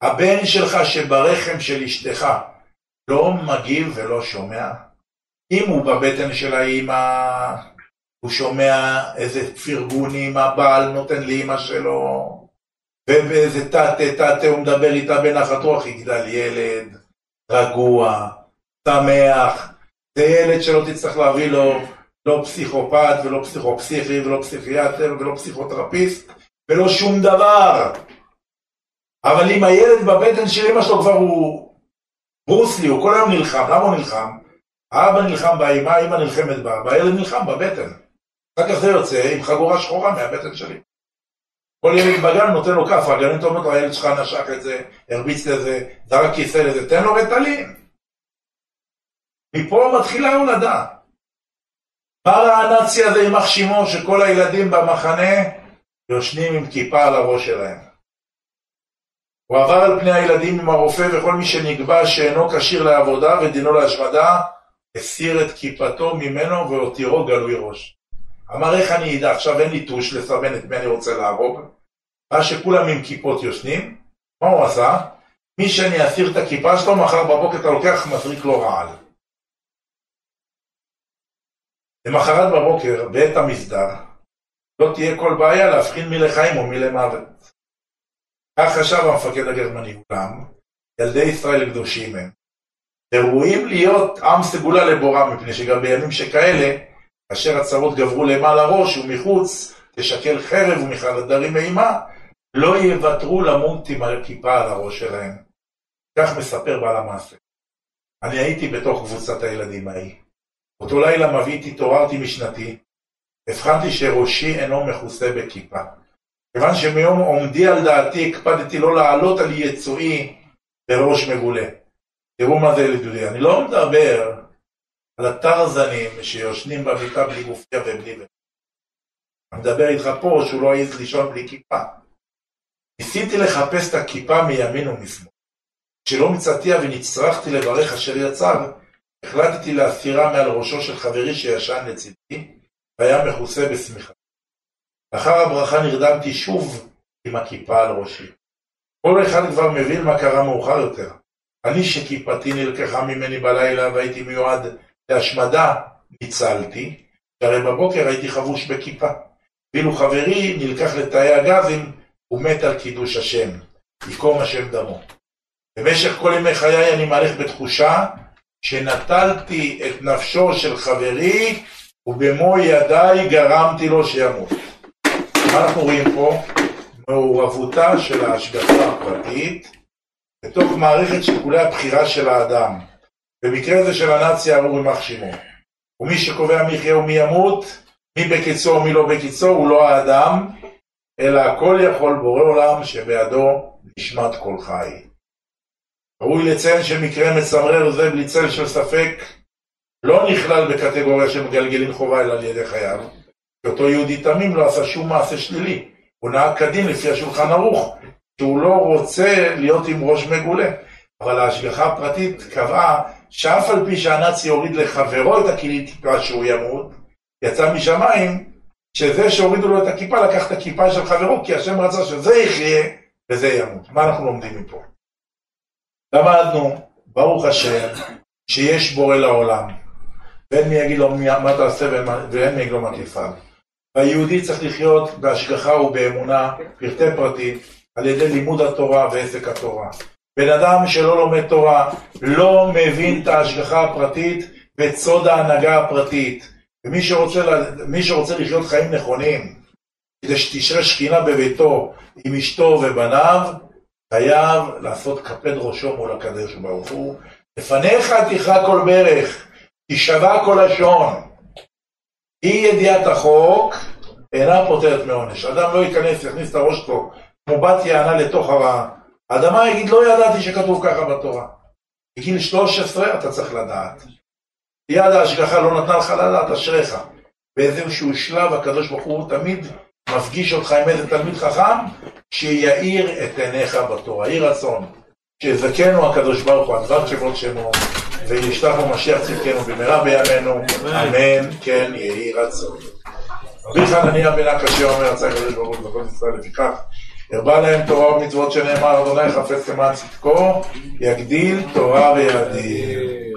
הבן שלך שברחם של אשתך לא מגיב ולא שומע? אם הוא בבטן של האמא, הוא שומע איזה פרגונים הבעל נותן לאמא שלו, ובאיזה תתה הוא מדבר איתה בנחת רוח, יגדל ילד רגוע, שמח. זה ילד שלא תצטרך להביא לו לא פסיכופת ולא פסיכופסיכי ולא פסיכיאטר ולא פסיכותרפיסט ולא שום דבר. אבל אם הילד בבטן של אמא שלו כבר הוא ברוסלי, הוא כל היום נלחם. למה הוא נלחם? האבא נלחם באמא, האמא נלחמת באבא, הילד נלחם בבטן. אחר כך זה יוצא עם חגורה שחורה מהבטן שלי. כל ילד בגן נותן לו כף, הגנים טוב לו, הילד שלך נשק את זה, הרביץ לזה, זרק כיסא לזה, תן לו רטלין. מפה מתחילה הולדה. מה הנאצי הזה עם מחשימו שכל הילדים במחנה יושנים עם כיפה על הראש שלהם? הוא עבר על פני הילדים עם הרופא, וכל מי שנקבע שאינו כשיר לעבודה ודינו להשמדה, הסיר את כיפתו ממנו והותירו גלוי ראש. אמר, איך אני ידע? עכשיו אין לי טוש לסמן את מי אני רוצה להרוג. מה שכולם עם כיפות יושנים, מה הוא עשה? מי שאני אסיר את הכיפה שלו, מחר בבוקר אתה לוקח מזריק לו רעל. למחרת בבוקר, בעת המסדר, לא תהיה כל בעיה להבחין מי לחיים או מי למוות. כך חשב המפקד הגרמני, אולם ילדי ישראל קדושים הם ראויים להיות עם סגולה לבורם, מפני שגם בימים שכאלה, אשר הצרות גברו למעלה ראש ומחוץ תשקל חרב ומחרדרים אימה, לא יוותרו למות עם הכיפה על הראש שלהם. כך מספר בעל המעשה. אני הייתי בתוך קבוצת הילדים ההיא. אותו לילה מביא התעוררתי משנתי, הבחנתי שראשי אינו מכוסה בכיפה. כיוון שמיום עומדי על דעתי הקפדתי לא לעלות על יצואי בראש מגולה. תראו מה זה לדודי, אני לא מדבר על הטרזנים שיושנים במיטה בלי גופיה ובלי ו... אני מדבר איתך פה שהוא לא העז לישון בלי כיפה. ניסיתי לחפש את הכיפה מימין ומשמאל. כשלא מצאתיה ונצרכתי לברך אשר יצר, החלטתי להסירה מעל ראשו של חברי שישן לצדי, והיה מכוסה בשמיכה. לאחר הברכה נרדמתי שוב עם הכיפה על ראשי. כל אחד כבר מבין מה קרה מאוחר יותר. אני שכיפתי נלקחה ממני בלילה והייתי מיועד להשמדה, ניצלתי, שהרי בבוקר הייתי חבוש בכיפה. ואילו חברי נלקח לתאי הגזים ומת על קידוש השם, יקום השם דמו. במשך כל ימי חיי אני מהלך בתחושה שנטלתי את נפשו של חברי ובמו ידיי גרמתי לו שימות. מה אנחנו רואים פה? מעורבותה של ההשגחה הפרטית בתוך מערכת שיקולי הבחירה של האדם. במקרה זה של הנאצי ארור יימח שמו. ומי שקובע מי יחיה ומי ימות, מי בקיצו ומי לא בקיצו, הוא לא האדם, אלא הכל יכול בורא עולם שבידו נשמת כל חי. ראוי לציין שמקרה מצמרר זה בלי צל של ספק לא נכלל בקטגוריה של מגלגלין חובה אלא על ידי חייו. אותו יהודי תמים לא עשה שום מעשה שלילי. הוא נהג כדין לפי השולחן ערוך, שהוא לא רוצה להיות עם ראש מגולה. אבל ההשגחה הפרטית קבעה שאף על פי שהנאצי הוריד לחברו את הכיפה שהוא ימות, יצא משמיים שזה שהורידו לו את הכיפה לקח את הכיפה של חברו, כי השם רצה שזה יחיה וזה ימות. מה אנחנו לומדים מפה? למדנו, ברוך השם, שיש בורא לעולם. ואין מי יגיד לו מה תעשה ואין מי יגיד לו מה תפעל. והיהודי צריך לחיות בהשגחה ובאמונה פרטי פרטית על ידי לימוד התורה ועסק התורה. בן אדם שלא לומד תורה לא מבין את ההשגחה הפרטית ואת סוד ההנהגה הפרטית. ומי שרוצה לחיות חיים נכונים, כדי שתשרה שכינה בביתו עם אשתו ובניו, חייב לעשות כפד ראשו מול הקדוש ברוך הוא. לפניך תכרע כל ברך, תשבע כל לשון. אי ידיעת החוק אינה פותרת מעונש. אדם לא ייכנס, יכניס את הראש פה כמו בת יענה לתוך הרעה. האדמה יגיד לא ידעתי שכתוב ככה בתורה. בגיל 13 אתה צריך לדעת. יד ההשגחה לא נתנה לך לדעת, אשריך. באיזשהו שלב הקדוש ברוך הוא תמיד מפגיש אותך עם איזה תלמיד חכם שיעיר את עיניך בתורה. יהי רצון שיזכנו הקדוש ברוך הוא הדבר כבוד שמו וישלח לו משיח צדקנו במהרה בימינו, אמן. כן יהי רצון. רבי חנניה בן עקשיא אומר רצה הקדוש ברוך הוא בכל ישראל, לפיכך הרבה להם תורה ומצוות שנאמר, אדוני חפץ למען צדקו, יגדיל תורה ויאדיר.